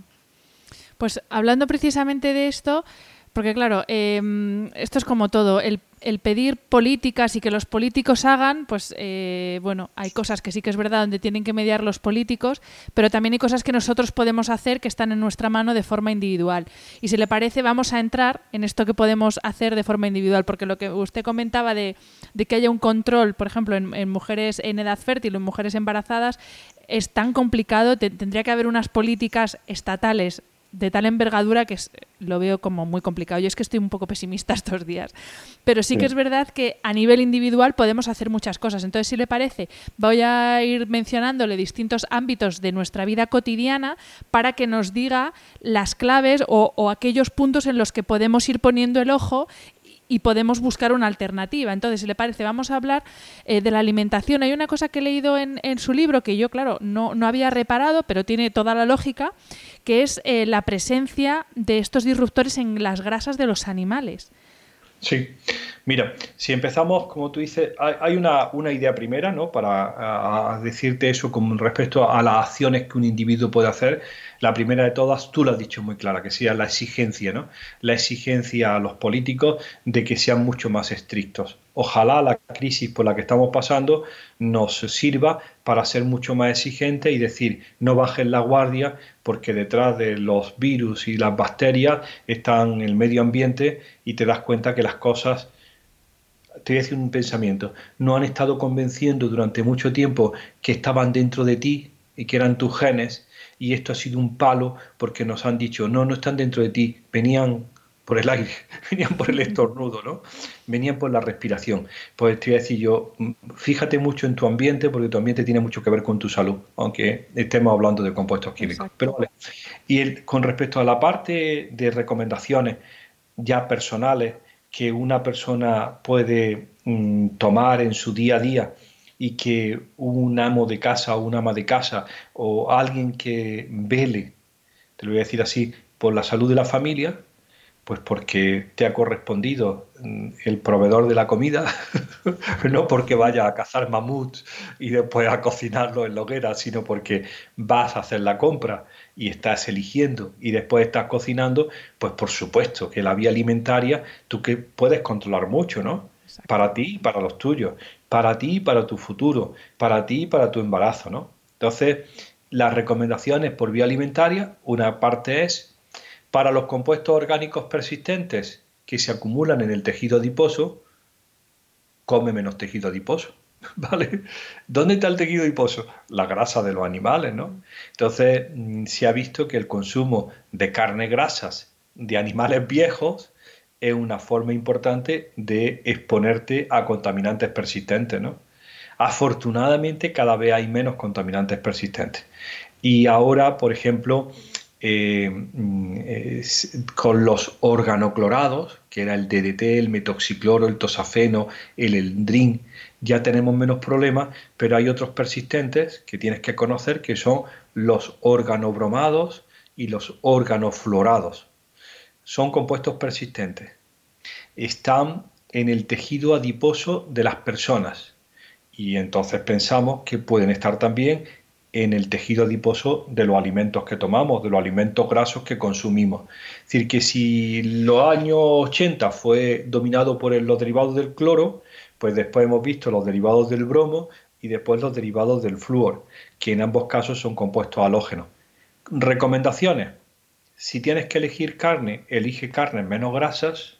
Pues hablando precisamente de esto, porque claro, eh, esto es como todo, el, el pedir políticas y que los políticos hagan, pues eh, bueno, hay cosas que sí que es verdad donde tienen que mediar los políticos, pero también hay cosas que nosotros podemos hacer que están en nuestra mano de forma individual. Y si le parece, vamos a entrar en esto que podemos hacer de forma individual, porque lo que usted comentaba de, de que haya un control, por ejemplo, en, en mujeres en edad fértil o en mujeres embarazadas, es tan complicado, te, tendría que haber unas políticas estatales de tal envergadura que es, lo veo como muy complicado. Yo es que estoy un poco pesimista estos días. Pero sí que es verdad que a nivel individual podemos hacer muchas cosas. Entonces, si le parece, voy a ir mencionándole distintos ámbitos de nuestra vida cotidiana para que nos diga las claves o, o aquellos puntos en los que podemos ir poniendo el ojo y podemos buscar una alternativa. Entonces, si le parece, vamos a hablar eh, de la alimentación. Hay una cosa que he leído en, en su libro que yo, claro, no, no había reparado, pero tiene toda la lógica, que es eh, la presencia de estos disruptores en las grasas de los animales.
Sí, mira, si empezamos, como tú dices, hay, hay una, una idea primera, ¿no? Para a, a decirte eso con respecto a las acciones que un individuo puede hacer. La primera de todas, tú lo has dicho muy clara, que sea la exigencia, ¿no? La exigencia a los políticos de que sean mucho más estrictos. Ojalá la crisis por la que estamos pasando nos sirva para ser mucho más exigentes y decir, no bajen la guardia, porque detrás de los virus y las bacterias están el medio ambiente y te das cuenta que las cosas, te voy a decir un pensamiento, no han estado convenciendo durante mucho tiempo que estaban dentro de ti y que eran tus genes, y esto ha sido un palo porque nos han dicho, no, no están dentro de ti, venían por el aire, venían por el estornudo, ¿no? Venían por la respiración. Pues te voy a decir yo, fíjate mucho en tu ambiente, porque tu ambiente tiene mucho que ver con tu salud, aunque estemos hablando de compuestos químicos. Exacto. Pero vale. Y el, con respecto a la parte de recomendaciones ya personales que una persona puede mm, tomar en su día a día, y que un amo de casa o una ama de casa o alguien que vele, te lo voy a decir así, por la salud de la familia, pues porque te ha correspondido el proveedor de la comida, no porque vaya a cazar mamuts y después a cocinarlo en la hoguera, sino porque vas a hacer la compra y estás eligiendo y después estás cocinando, pues por supuesto que la vía alimentaria tú que puedes controlar mucho, ¿no? Exacto. Para ti y para los tuyos, para ti y para tu futuro, para ti y para tu embarazo, ¿no? Entonces, las recomendaciones por vía alimentaria, una parte es para los compuestos orgánicos persistentes que se acumulan en el tejido adiposo, come menos tejido adiposo, ¿vale? ¿Dónde está el tejido adiposo? La grasa de los animales, ¿no? Entonces, se ha visto que el consumo de carne grasas de animales viejos es una forma importante de exponerte a contaminantes persistentes, ¿no? Afortunadamente, cada vez hay menos contaminantes persistentes. Y ahora, por ejemplo, Eh, eh, con los organoclorados, que era el D D T, el metoxicloro, el tosafeno, el Eldrin, ya tenemos menos problemas, pero hay otros persistentes que tienes que conocer, que son los organobromados y los organofluorados. Son compuestos persistentes. Están en el tejido adiposo de las personas y entonces pensamos que pueden estar también en el tejido adiposo de los alimentos que tomamos, de los alimentos grasos que consumimos. Es decir, que si los años ochenta fue dominado por los derivados del cloro, pues después hemos visto los derivados del bromo y después los derivados del flúor, que en ambos casos son compuestos halógenos. Recomendaciones. Si tienes que elegir carne, elige carnes menos grasas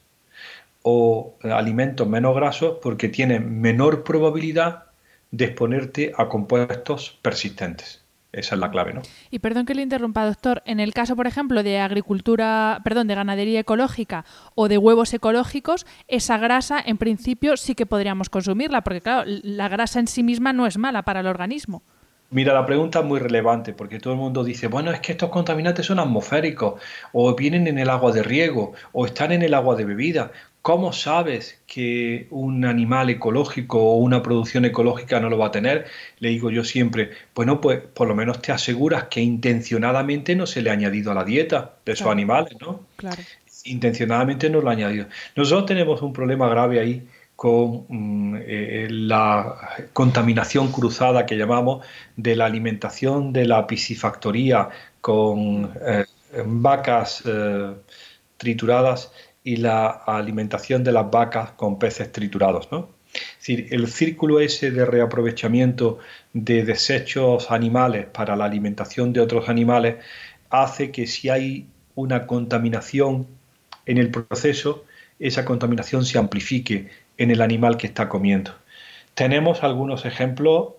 o alimentos menos grasos porque tienen menor probabilidad de exponerte a compuestos persistentes. Esa es la clave, ¿no?
Y perdón que le interrumpa, doctor. En el caso, por ejemplo, de agricultura, perdón, de ganadería ecológica o de huevos ecológicos, esa grasa, en principio, sí que podríamos consumirla, porque claro, la grasa en sí misma no es mala para el organismo.
Mira, la pregunta es muy relevante porque todo el mundo dice, bueno, es que estos contaminantes son atmosféricos, o vienen en el agua de riego, o están en el agua de bebida. ¿Cómo sabes que un animal ecológico o una producción ecológica no lo va a tener? Le digo yo siempre, bueno, pues por lo menos te aseguras que intencionadamente no se le ha añadido a la dieta de esos
Claro.
animales, ¿no?
Claro.
Intencionadamente no lo ha añadido. Nosotros tenemos un problema grave ahí con mm, eh, la contaminación cruzada que llamamos de la alimentación de la piscifactoría con eh, vacas eh, trituradas y la alimentación de las vacas con peces triturados, ¿no? Es decir, el círculo ese de reaprovechamiento de desechos animales para la alimentación de otros animales hace que si hay una contaminación en el proceso, esa contaminación se amplifique en el animal que está comiendo. Tenemos algunos ejemplos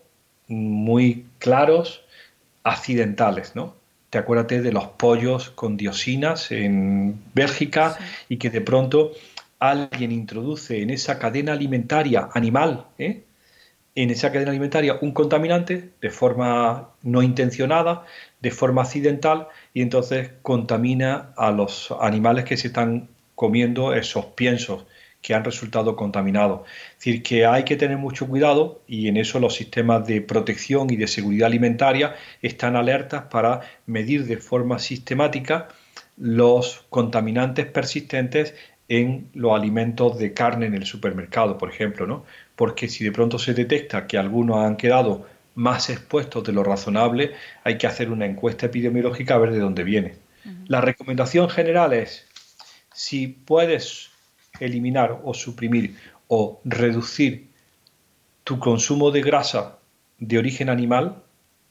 muy claros accidentales, ¿no? Te acuérdate de los pollos con dioxinas en Bélgica, sí, y que de pronto alguien introduce en esa cadena alimentaria animal, ¿eh? en esa cadena alimentaria un contaminante de forma no intencionada, de forma accidental, y entonces contamina a los animales que se están comiendo esos piensos que han resultado contaminados. Es decir, que hay que tener mucho cuidado, y en eso los sistemas de protección y de seguridad alimentaria están alertas para medir de forma sistemática los contaminantes persistentes en los alimentos de carne en el supermercado, por ejemplo, ¿no? Porque si de pronto se detecta que algunos han quedado más expuestos de lo razonable, hay que hacer una encuesta epidemiológica a ver de dónde viene. Uh-huh. La recomendación general es, si puedes eliminar o suprimir o reducir tu consumo de grasa de origen animal,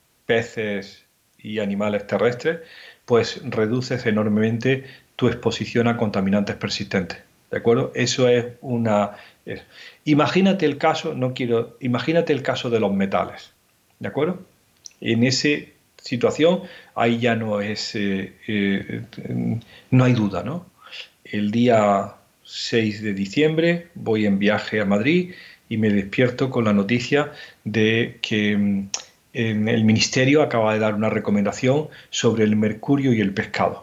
peces y animales terrestres, pues reduces enormemente tu exposición a contaminantes persistentes. ¿De acuerdo? Eso es una... Es, imagínate el caso, no quiero... Imagínate el caso de los metales. ¿De acuerdo? En esa situación, ahí ya no es... Eh, eh, no hay duda, ¿no? El día seis de diciembre voy en viaje a Madrid y me despierto con la noticia de que en el Ministerio acaba de dar una recomendación sobre el mercurio y el pescado.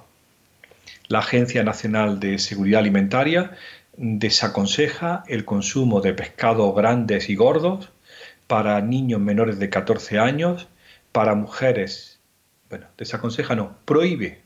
La Agencia Nacional de Seguridad Alimentaria desaconseja el consumo de pescados grandes y gordos para niños menores de catorce años, para mujeres, bueno, desaconseja no, prohíbe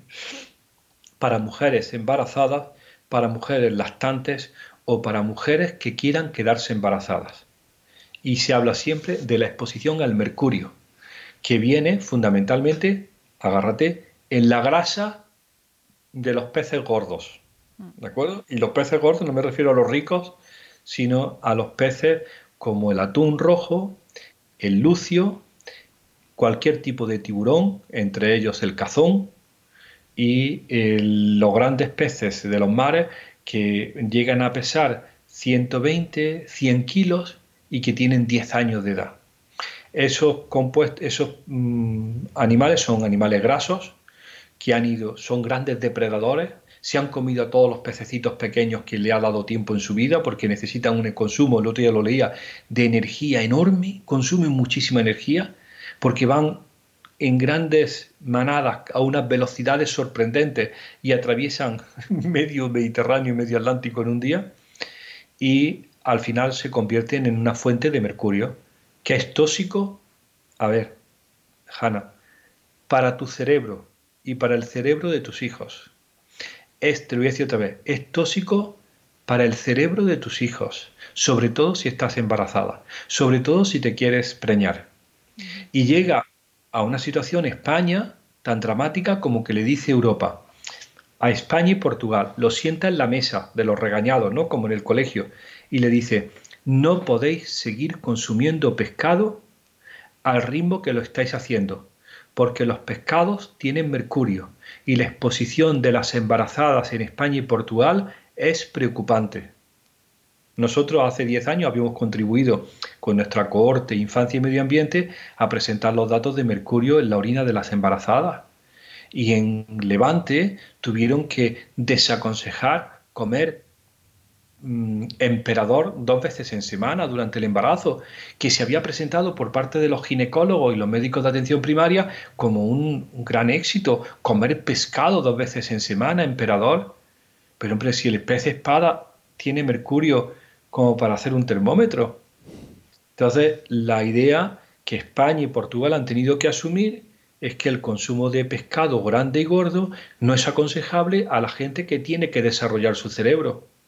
para mujeres embarazadas, para mujeres lactantes o para mujeres que quieran quedarse embarazadas. Y se habla siempre de la exposición al mercurio, que viene fundamentalmente, agárrate, en la grasa de los peces gordos, ¿de acuerdo? Y los peces gordos no me refiero a los ricos, sino a los peces como el atún rojo, el lucio, cualquier tipo de tiburón, entre ellos el cazón, y el, los grandes peces de los mares que llegan a pesar ciento veinte, cien kilos y que tienen diez años de edad. Esos, compuestos, esos mmm, animales son animales grasos que han ido, son grandes depredadores, se han comido a todos los pececitos pequeños que le ha dado tiempo en su vida porque necesitan un consumo, el otro día lo leía, de energía enorme, consumen muchísima energía porque van en grandes manadas a unas velocidades sorprendentes y atraviesan medio Mediterráneo y medio Atlántico en un día, y al final se convierten en una fuente de mercurio que es tóxico. A ver, Hanna, para tu cerebro y para el cerebro de tus hijos. Es, te lo voy a decir otra vez, es tóxico para el cerebro de tus hijos, sobre todo si estás embarazada, sobre todo si te quieres preñar. Y llega a una situación España tan dramática como que le dice Europa a España y Portugal, lo sienta en la mesa de los regañados, ¿no? Como en el colegio, y le dice, no podéis seguir consumiendo pescado al ritmo que lo estáis haciendo, porque los pescados tienen mercurio y la exposición de las embarazadas en España y Portugal es preocupante. Nosotros hace diez años habíamos contribuido con nuestra cohorte Infancia y Medio Ambiente a presentar los datos de mercurio en la orina de las embarazadas. Y en Levante tuvieron que desaconsejar comer mmm, emperador dos veces en semana durante el embarazo, que se había presentado por parte de los ginecólogos y los médicos de atención primaria como un, un gran éxito, comer pescado dos veces en semana, emperador. Pero hombre, si el pez espada tiene mercurio como para hacer un termómetro. Entonces, la idea que España y Portugal han tenido que asumir es que el consumo de pescado grande y gordo no es aconsejable a la gente que tiene que desarrollar su cerebro.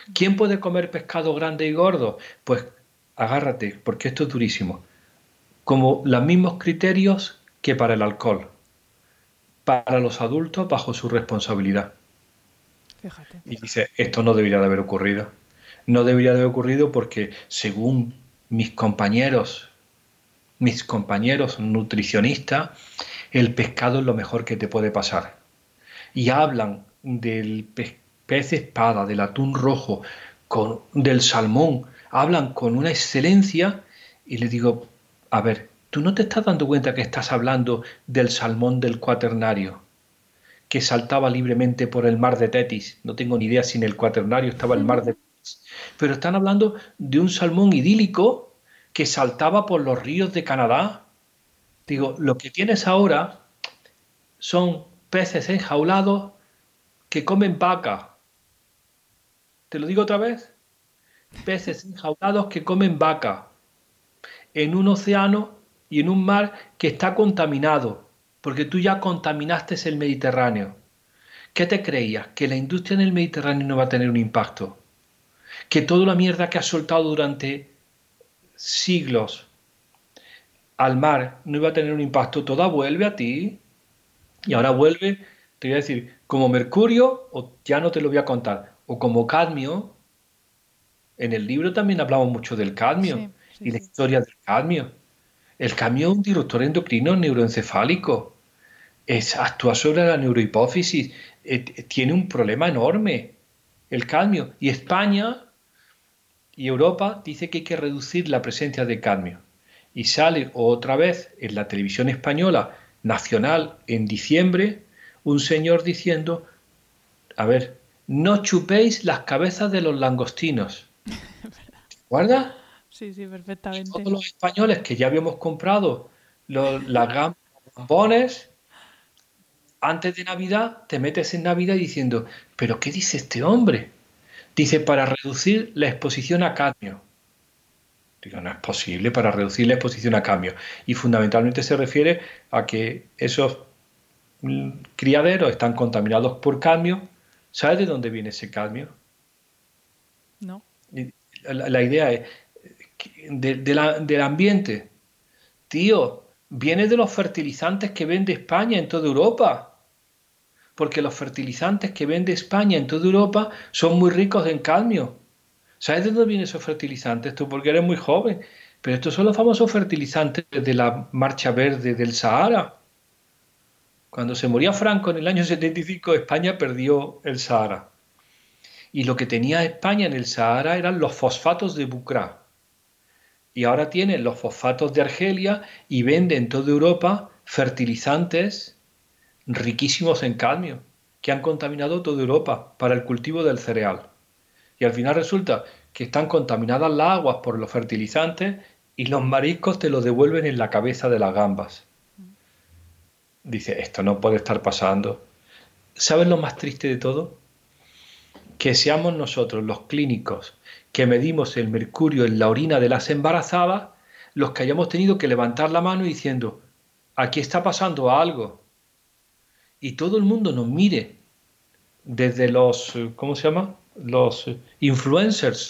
¿Quién puede comer pescado grande y gordo? Pues agárrate, porque esto es durísimo. Como los mismos criterios que para el alcohol, para los adultos bajo su responsabilidad.
Fíjate.
Y dice, esto no debería de haber ocurrido. No debería de haber ocurrido porque según mis compañeros, mis compañeros nutricionistas, el pescado es lo mejor que te puede pasar. Y hablan del pe pez espada, del atún rojo, con, del salmón, hablan con una excelencia y le digo, a ver, ¿tú no te estás dando cuenta que estás hablando del salmón del cuaternario, que saltaba libremente por el mar de Tetis? No tengo ni idea si en el cuaternario estaba el mar de Tetis, pero están hablando de un salmón idílico que saltaba por los ríos de Canadá. Digo, lo que tienes ahora son peces enjaulados que comen vaca. Te lo digo otra vez. Peces enjaulados que comen vaca en un océano y en un mar que está contaminado, porque tú ya contaminaste el Mediterráneo. ¿Qué te creías? ¿Que la industria en el Mediterráneo no va a tener un impacto? ¿Que toda la mierda que has soltado durante siglos al mar no iba a tener un impacto? Toda vuelve a ti. Y ahora vuelve, te voy a decir, como mercurio, o ya no te lo voy a contar, o como cadmio. En el libro también hablamos mucho del cadmio
Sí, sí,
y la
sí.
historia del cadmio. El cadmio es un disruptor endocrino neuroencefálico. Es, actúa sobre la neurohipófisis. Eh, tiene un problema enorme el cadmio. Y España y Europa dice que hay que reducir la presencia de cadmio. Y sale otra vez en la televisión española nacional en diciembre un señor diciendo, a ver, no chupéis las cabezas de los langostinos. ¿Te acuerdas?
Sí, sí,
Y
perfectamente.
todos los españoles que ya habíamos comprado los, las gambones, antes de Navidad te metes en Navidad diciendo, ¿pero qué dice este hombre? Dice, para reducir la exposición a cadmio. Digo, no es posible para reducir la exposición a cadmio. Y fundamentalmente se refiere a que esos mm, criaderos están contaminados por cadmio. ¿Sabes de dónde viene ese cadmio?
No.
Y La, la idea es que de, de la, del ambiente. Tío, viene de los fertilizantes que vende España en toda Europa. Porque los fertilizantes que vende España en toda Europa son muy ricos en cadmio. ¿Sabes de dónde vienen esos fertilizantes? Tú porque eres muy joven. Pero estos son los famosos fertilizantes de la Marcha Verde del Sahara. Cuando se moría Franco en el año setenta y cinco, España perdió el Sahara. Y lo que tenía España en el Sahara eran los fosfatos de Bucra. Y ahora tienen los fosfatos de Argelia y vende en toda Europa fertilizantes riquísimos en cadmio, que han contaminado toda Europa para el cultivo del cereal. Y al final resulta que están contaminadas las aguas por los fertilizantes y los mariscos te los devuelven en la cabeza de las gambas. Dice, esto no puede estar pasando. ¿Sabes lo más triste de todo? Que seamos nosotros los clínicos que medimos el mercurio en la orina de las embarazadas los que hayamos tenido que levantar la mano diciendo, aquí está pasando algo. Y todo el mundo nos mire, desde los, ¿cómo se llama? Los influencers,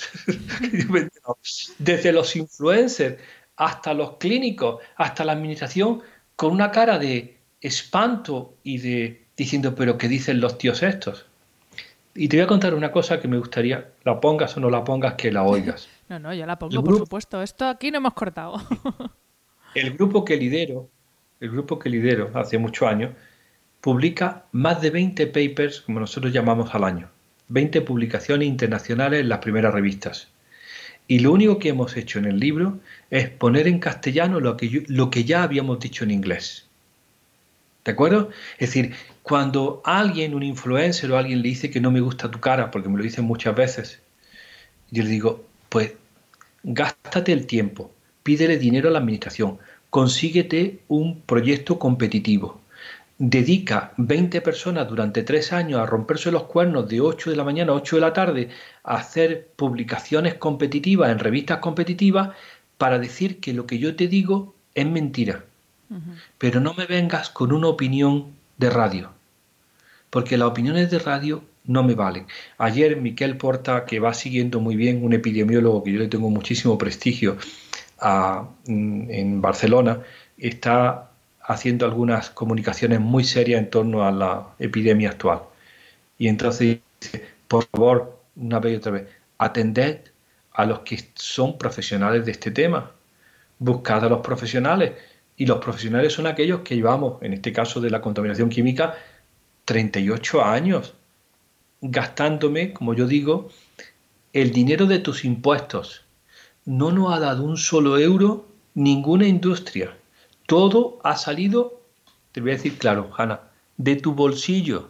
desde los influencers hasta los clínicos, hasta la administración, con una cara de espanto y de diciendo, pero ¿qué dicen los tíos estos? Y te voy a contar una cosa que me gustaría, la pongas o no la pongas, que la oigas.
No, no, yo la
El
pongo, por
grupo,
supuesto. Esto aquí no hemos cortado.
el grupo que lidero, el grupo que lidero hace muchos años, publica más de veinte papers, como nosotros llamamos al año, veinte publicaciones internacionales en las primeras revistas. Y lo único que hemos hecho en el libro es poner en castellano lo que, yo, lo que ya habíamos dicho en inglés. ¿De acuerdo? Es decir, cuando alguien, un influencer o alguien le dice que no me gusta tu cara, porque me lo dicen muchas veces, yo le digo, pues gástate el tiempo, pídele dinero a la administración, consíguete un proyecto competitivo. Dedica veinte personas durante tres años a romperse los cuernos de ocho de la mañana a ocho de la tarde a hacer publicaciones competitivas en revistas competitivas para decir que lo que yo te digo es mentira. Uh-huh. Pero no me vengas con una opinión de radio, porque las opiniones de radio no me valen. Ayer Miquel Porta, que va siguiendo muy bien, un epidemiólogo que yo le tengo muchísimo prestigio a, en Barcelona, está haciendo algunas comunicaciones muy serias en torno a la epidemia actual. Y entonces dice, por favor, una vez y otra vez, atended a los que son profesionales de este tema. Buscad a los profesionales. Y los profesionales son aquellos que llevamos, en este caso de la contaminación química, treinta y ocho años gastándome, como yo digo, el dinero de tus impuestos. No nos ha dado un solo euro ninguna industria. Todo ha salido, te voy a decir claro, Hanna, de tu bolsillo.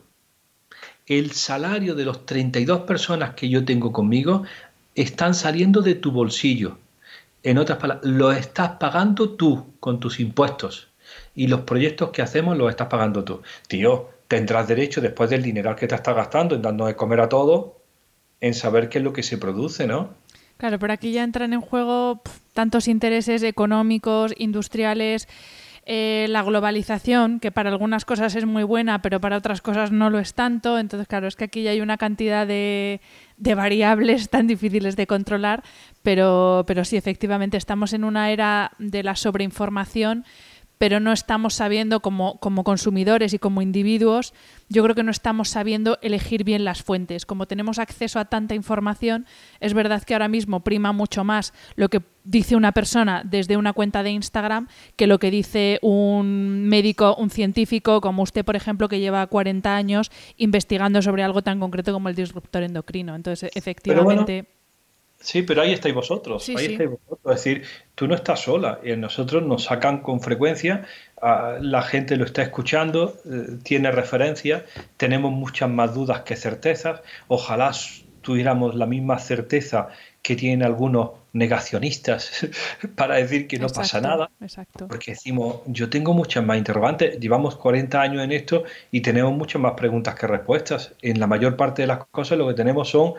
El salario de los treinta y dos personas que yo tengo conmigo están saliendo de tu bolsillo. En otras palabras, lo estás pagando tú con tus impuestos. Y los proyectos que hacemos los estás pagando tú. Tío, tendrás derecho, después del dineral que te estás gastando en darnos de comer a todos, en saber qué es lo que se produce, ¿no?
Claro, pero aquí ya entran en juego pff, tantos intereses económicos, industriales, eh, la globalización, que para algunas cosas es muy buena, pero para otras cosas no lo es tanto. Entonces, claro, es que aquí ya hay una cantidad de, de variables tan difíciles de controlar, pero, pero sí, efectivamente, estamos en una era de la sobreinformación, pero no estamos sabiendo, como, como consumidores y como individuos, yo creo que no estamos sabiendo elegir bien las fuentes. Como tenemos acceso a tanta información, es verdad que ahora mismo prima mucho más lo que dice una persona desde una cuenta de Instagram que lo que dice un médico, un científico, como usted, por ejemplo, que lleva cuarenta años investigando sobre algo tan concreto como el disruptor endocrino. Entonces, efectivamente...
Sí, pero ahí estáis vosotros,
Sí,
ahí
sí.
estáis vosotros. Es decir, tú no estás sola. Y nosotros nos sacan con frecuencia, uh, la gente lo está escuchando, uh, tiene referencias, tenemos muchas más dudas que certezas. Ojalá tuviéramos la misma certeza que tienen algunos negacionistas para decir que no
Exacto,
pasa nada.
Exacto.
Porque decimos, yo tengo muchas más interrogantes, llevamos cuarenta años en esto y tenemos muchas más preguntas que respuestas. En la mayor parte de las cosas lo que tenemos son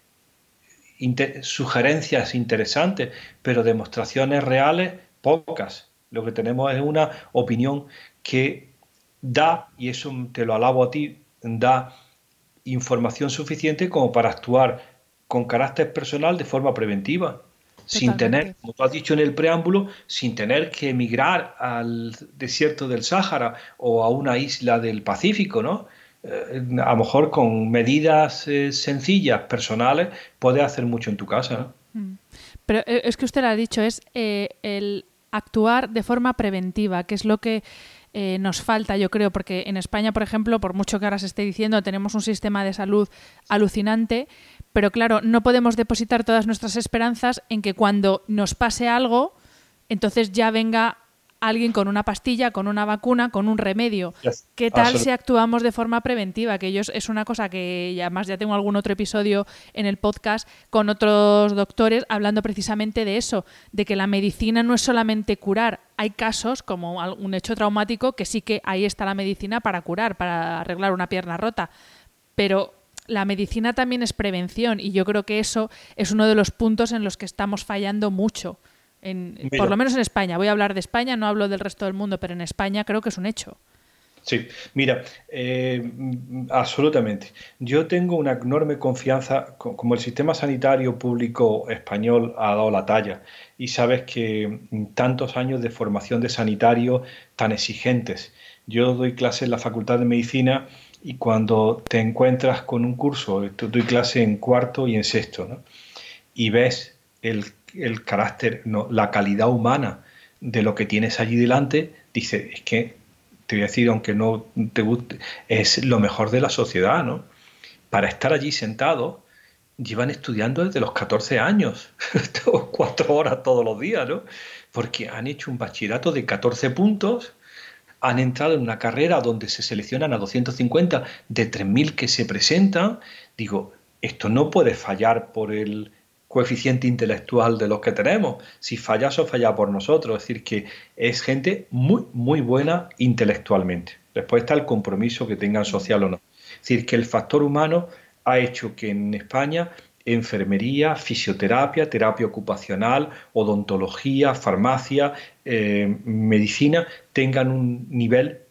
Inter- sugerencias interesantes, pero demostraciones reales pocas. Lo que tenemos es una opinión que da, y eso te lo alabo a ti, da información suficiente como para actuar con carácter personal de forma preventiva, sin tener,
Totalmente.
como tú has dicho en el preámbulo, sin tener que emigrar al desierto del Sáhara o a una isla del Pacífico, ¿no? Eh, a lo mejor con medidas eh, sencillas, personales, puedes hacer mucho en tu casa, ¿no?
Mm. Pero eh, es que usted lo ha dicho, es eh, el actuar de forma preventiva, que es lo que eh, nos falta, yo creo, porque en España, por ejemplo, por mucho que ahora se esté diciendo, tenemos un sistema de salud alucinante, pero claro, no podemos depositar todas nuestras esperanzas en que cuando nos pase algo, entonces ya venga alguien con una pastilla, con una vacuna, con un remedio.
Yes.
¿Qué tal
Absolut-
si actuamos de forma preventiva? Que yo es una cosa que y además ya tengo algún otro episodio en el podcast con otros doctores hablando precisamente de eso, de que la medicina no es solamente curar. Hay casos como un hecho traumático que sí que ahí está la medicina para curar, para arreglar una pierna rota. Pero la medicina también es prevención y yo creo que eso es uno de los puntos en los que estamos fallando mucho. En, por lo menos en España. Voy a hablar de España, no hablo del resto del mundo, pero en España creo que es un hecho.
Sí, mira, eh, absolutamente. Yo tengo una enorme confianza, co- como el sistema sanitario público español ha dado la talla, y sabes que mm, tantos años de formación de sanitario tan exigentes. Yo doy clase en la Facultad de Medicina y cuando te encuentras con un curso, tú- doy clase en cuarto y en sexto, ¿no? Y ves el, el carácter, no, la calidad humana de lo que tienes allí delante, dices, es que te voy a decir, aunque no te guste, es lo mejor de la sociedad, ¿no? Para estar allí sentado, llevan estudiando desde los catorce años, cuatro horas todos los días, ¿no? Porque han hecho un bachillerato de catorce puntos, han entrado en una carrera donde se seleccionan a doscientos cincuenta de tres mil que se presentan. Digo, esto no puede fallar por el coeficiente intelectual de los que tenemos. Si falla, eso falla por nosotros. Es decir, que es gente muy, muy buena intelectualmente. Después está el compromiso que tengan social o no. Es decir, que el factor humano ha hecho que en España enfermería, fisioterapia, terapia ocupacional, odontología, farmacia, eh, medicina tengan un nivel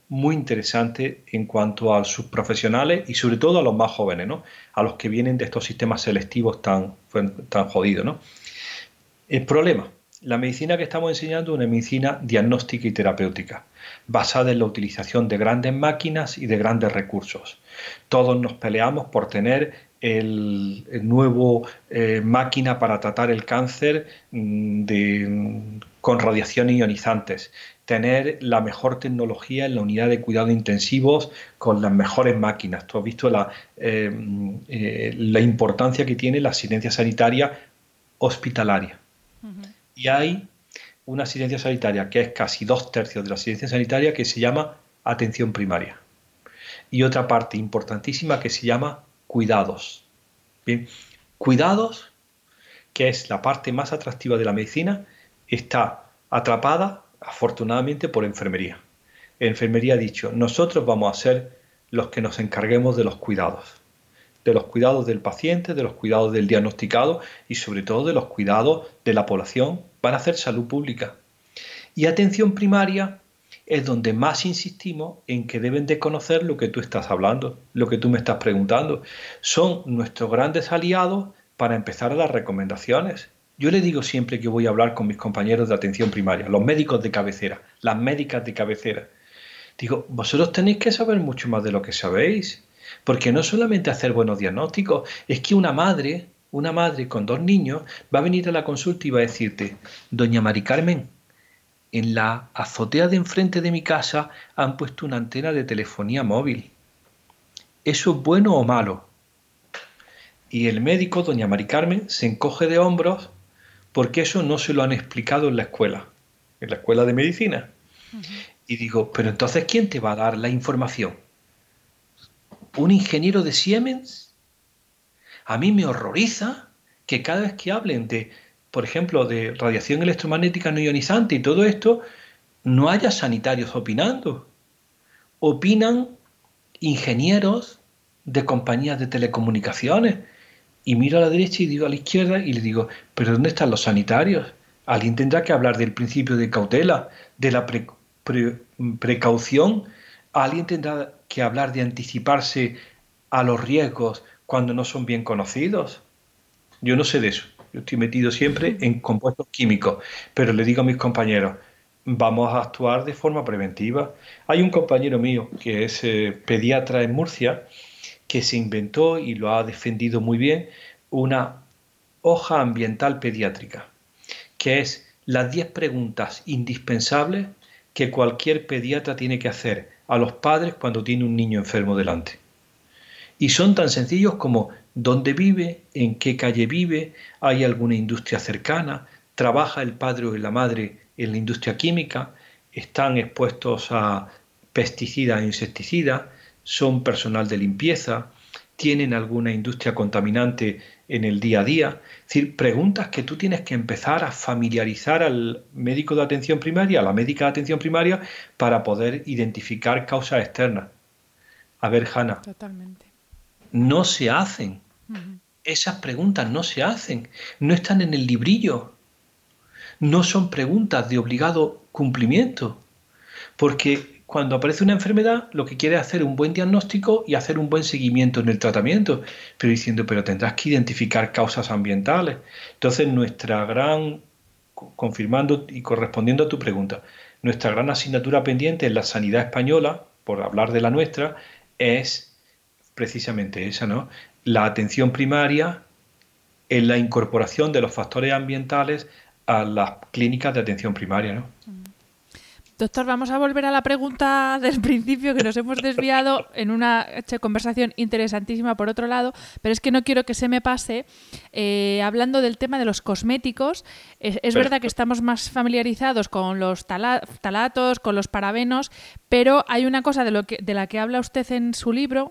muy interesante en cuanto a sus profesionales y sobre todo a los más jóvenes, ¿no? A los que vienen de estos sistemas selectivos tan, tan jodidos, ¿no? El problema, la medicina que estamos enseñando es una medicina diagnóstica y terapéutica, basada en la utilización de grandes máquinas y de grandes recursos. Todos nos peleamos por tener el, el nuevo eh, máquina para tratar el cáncer de, con radiaciones ionizantes, tener la mejor tecnología en la unidad de cuidados intensivos con las mejores máquinas. Tú has visto la, eh, eh, la importancia que tiene la asistencia sanitaria hospitalaria. Uh-huh. Y hay una asistencia sanitaria que es casi dos tercios de la asistencia sanitaria que se llama atención primaria. Y otra parte importantísima que se llama cuidados. Bien, cuidados, que es la parte más atractiva de la medicina, está atrapada afortunadamente por enfermería. Enfermería ha dicho, nosotros vamos a ser los que nos encarguemos de los cuidados, de los cuidados del paciente, de los cuidados del diagnosticado y sobre todo de los cuidados de la población para hacer salud pública. Y atención primaria es donde más insistimos en que deben de conocer lo que tú estás hablando, lo que tú me estás preguntando. Son nuestros grandes aliados para empezar a dar recomendaciones. Yo le digo siempre que voy a hablar con mis compañeros de atención primaria, los médicos de cabecera, las médicas de cabecera. Digo, vosotros tenéis que saber mucho más de lo que sabéis, porque no solamente hacer buenos diagnósticos, es que una madre, una madre con dos niños va a venir a la consulta y va a decirte, doña Mari Carmen, en la azotea de enfrente de mi casa han puesto una antena de telefonía móvil. ¿Eso es bueno o malo? Y el médico, doña Mari Carmen, se encoge de hombros porque eso no se lo han explicado en la escuela, en la escuela de medicina. Uh-huh. Y digo, pero entonces, ¿quién te va a dar la información? ¿Un ingeniero de Siemens? A mí me horroriza que cada vez que hablen de, por ejemplo, de radiación electromagnética no ionizante y todo esto, no haya sanitarios opinando. Opinan ingenieros de compañías de telecomunicaciones. Y miro a la derecha y digo a la izquierda y le digo, ¿pero dónde están los sanitarios? Alguien tendrá que hablar del principio de cautela, de la pre, pre, precaución. Alguien tendrá que hablar de anticiparse a los riesgos cuando no son bien conocidos. Yo no sé de eso. Yo estoy metido siempre en compuestos químicos, pero le digo a mis compañeros, vamos a actuar de forma preventiva. Hay un compañero mío que es eh, pediatra en Murcia, que se inventó y lo ha defendido muy bien, una hoja ambiental pediátrica, que es las diez preguntas indispensables que cualquier pediatra tiene que hacer a los padres cuando tiene un niño enfermo delante. Y son tan sencillos como dónde vive, en qué calle vive, hay alguna industria cercana, trabaja el padre o la madre en la industria química, están expuestos a pesticidas e insecticidas, son personal de limpieza, tienen alguna industria contaminante en el día a día. Es decir, preguntas que tú tienes que empezar a familiarizar al médico de atención primaria, a la médica de atención primaria, para poder identificar causas externas. A ver, Hanna, totalmente. No se hacen. Uh-huh. Esas preguntas no se hacen, no están en el librillo, no son preguntas de obligado cumplimiento, porque cuando aparece una enfermedad, lo que quiere es hacer un buen diagnóstico y hacer un buen seguimiento en el tratamiento, pero diciendo, pero tendrás que identificar causas ambientales. Entonces, nuestra gran, confirmando y correspondiendo a tu pregunta, nuestra gran asignatura pendiente en la sanidad española, por hablar de la nuestra, es precisamente esa, ¿no? La atención primaria en la incorporación de los factores ambientales a las clínicas de atención primaria, ¿no?
Doctor, vamos a volver a la pregunta del principio, que nos hemos desviado en una conversación interesantísima por otro lado, pero es que no quiero que se me pase eh, hablando del tema de los cosméticos. Es, es verdad que estamos más familiarizados con los tala, talatos, con los parabenos, pero hay una cosa de, lo que, de la que habla usted en su libro,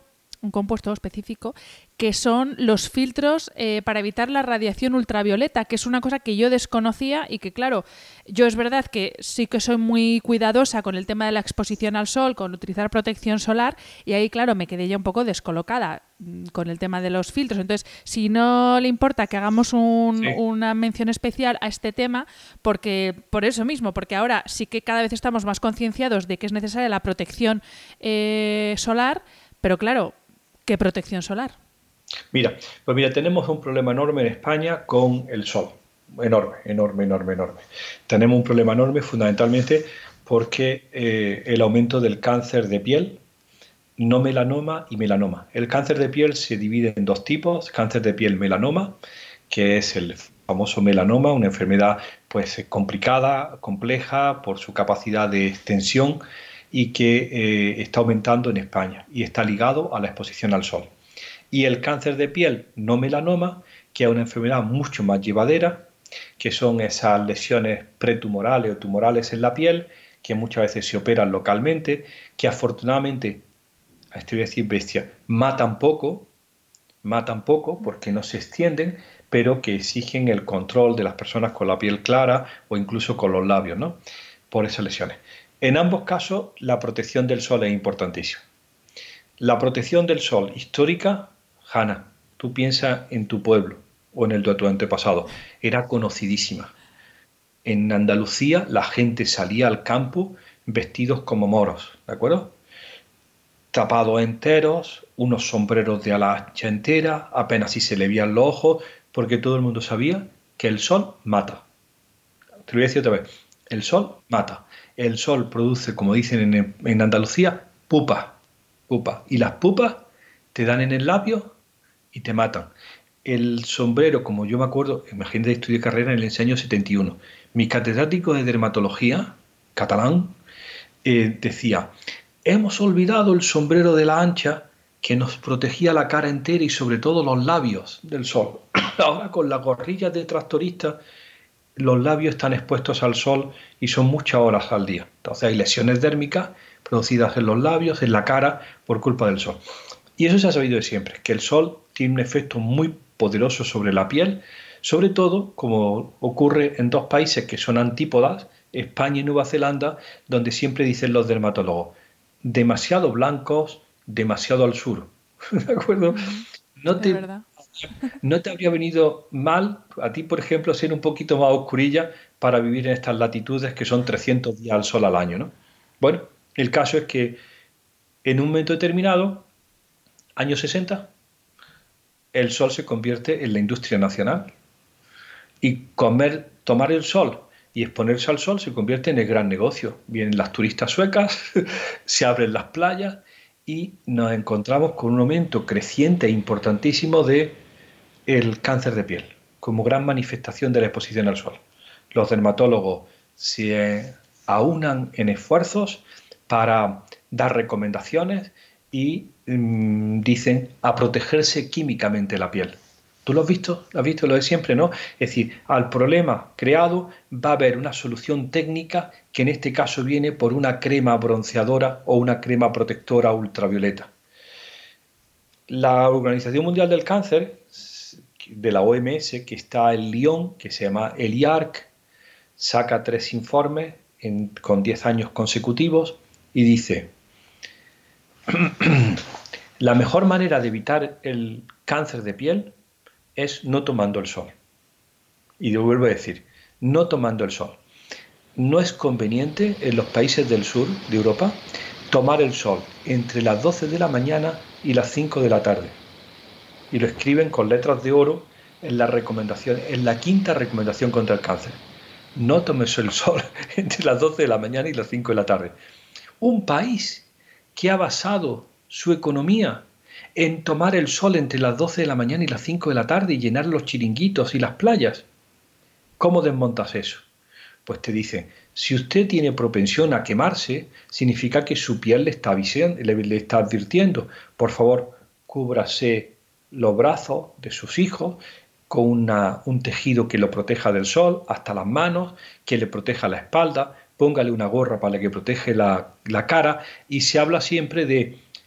un compuesto específico, que son los filtros eh, para evitar la radiación ultravioleta, que es una cosa que yo desconocía y que, claro, yo es verdad que sí que soy muy cuidadosa con el tema de la exposición al sol, con utilizar protección solar, y ahí, claro, me quedé ya un poco descolocada con el tema de los filtros. Entonces, si no le importa que hagamos un, sí. una mención especial a este tema, porque por eso mismo, porque ahora sí que cada vez estamos más concienciados de que es necesaria la protección eh, solar, pero claro, ¿qué protección solar?
Mira, pues mira, tenemos un problema enorme en España con el sol. Enorme, enorme, enorme, enorme. Tenemos un problema enorme fundamentalmente porque eh, el aumento del cáncer de piel, no melanoma y melanoma. El cáncer de piel se divide en dos tipos: cáncer de piel melanoma, que es el famoso melanoma, una enfermedad pues complicada, compleja por su capacidad de extensión y que eh, está aumentando en España y está ligado a la exposición al sol. Y el cáncer de piel no melanoma, que es una enfermedad mucho más llevadera, que son esas lesiones pretumorales o tumorales en la piel, que muchas veces se operan localmente, que afortunadamente, estoy a decir bestia, matan poco, matan poco porque no se extienden, pero que exigen el control de las personas con la piel clara o incluso con los labios, ¿no? Por esas lesiones. En ambos casos, la protección del sol es importantísima. La protección del sol histórica, Hanna, tú piensas en tu pueblo o en el de tu antepasado, era conocidísima. En Andalucía la gente salía al campo vestidos como moros, ¿de acuerdo? Tapados enteros, unos sombreros de ala ancha entera, apenas si se le veían los ojos, porque todo el mundo sabía que el sol mata. Te lo voy a decir otra vez, el sol mata. El sol produce, como dicen en, en Andalucía, pupas, pupas. Y las pupas te dan en el labio y te matan. El sombrero, como yo me acuerdo, imagínate, estudié carrera en el año setenta y uno. Mi catedrático de dermatología, catalán, eh, decía: hemos olvidado el sombrero de la ancha que nos protegía la cara entera y sobre todo los labios del sol. Ahora con las gorrillas de tractoristas, los labios están expuestos al sol y son muchas horas al día. Entonces hay lesiones dérmicas producidas en los labios, en la cara, por culpa del sol. Y eso se ha sabido de siempre, que el sol tiene un efecto muy poderoso sobre la piel, sobre todo como ocurre en dos países que son antípodas, España y Nueva Zelanda, donde siempre dicen los dermatólogos: demasiado blancos, demasiado al sur. ¿De acuerdo? No te, no te habría venido mal a ti, por ejemplo, ser un poquito más oscurilla para vivir en estas latitudes que son trescientos días al sol al año, ¿no? Bueno, el caso es que en un momento determinado, años sesenta, el sol se convierte en la industria nacional y comer, tomar el sol y exponerse al sol se convierte en el gran negocio. Vienen las turistas suecas, se abren las playas y nos encontramos con un aumento creciente e importantísimo de el cáncer de piel como gran manifestación de la exposición al sol. Los dermatólogos se aunan en esfuerzos para dar recomendaciones y mmm, dicen a protegerse químicamente la piel. ¿Tú lo has visto? ¿Lo has visto lo de siempre, no? Es decir, al problema creado va a haber una solución técnica que en este caso viene por una crema bronceadora o una crema protectora ultravioleta. La Organización Mundial del Cáncer, de la O M S, que está en Lyon, que se llama el I A R C, saca tres informes en, con diez años consecutivos y dice: la mejor manera de evitar el cáncer de piel es no tomando el sol. Y yo vuelvo a decir, no tomando el sol. No es conveniente en los países del sur de Europa tomar el sol entre las doce de la mañana y las cinco de la tarde. Y lo escriben con letras de oro en la recomendación, en la quinta recomendación contra el cáncer. No tomes el sol entre las doce de la mañana y las cinco de la tarde. Un país que ha basado su economía en tomar el sol entre las doce de la mañana y las cinco de la tarde y llenar los chiringuitos y las playas. ¿Cómo desmontas eso? Pues te dicen, si usted tiene propensión a quemarse, significa que su piel le está, avisando, le, le está advirtiendo. Por favor, cúbrase los brazos de sus hijos con una, un tejido que lo proteja del sol, hasta las manos, que le proteja la espalda, póngale una gorra para que protege la, la cara, y se habla siempre de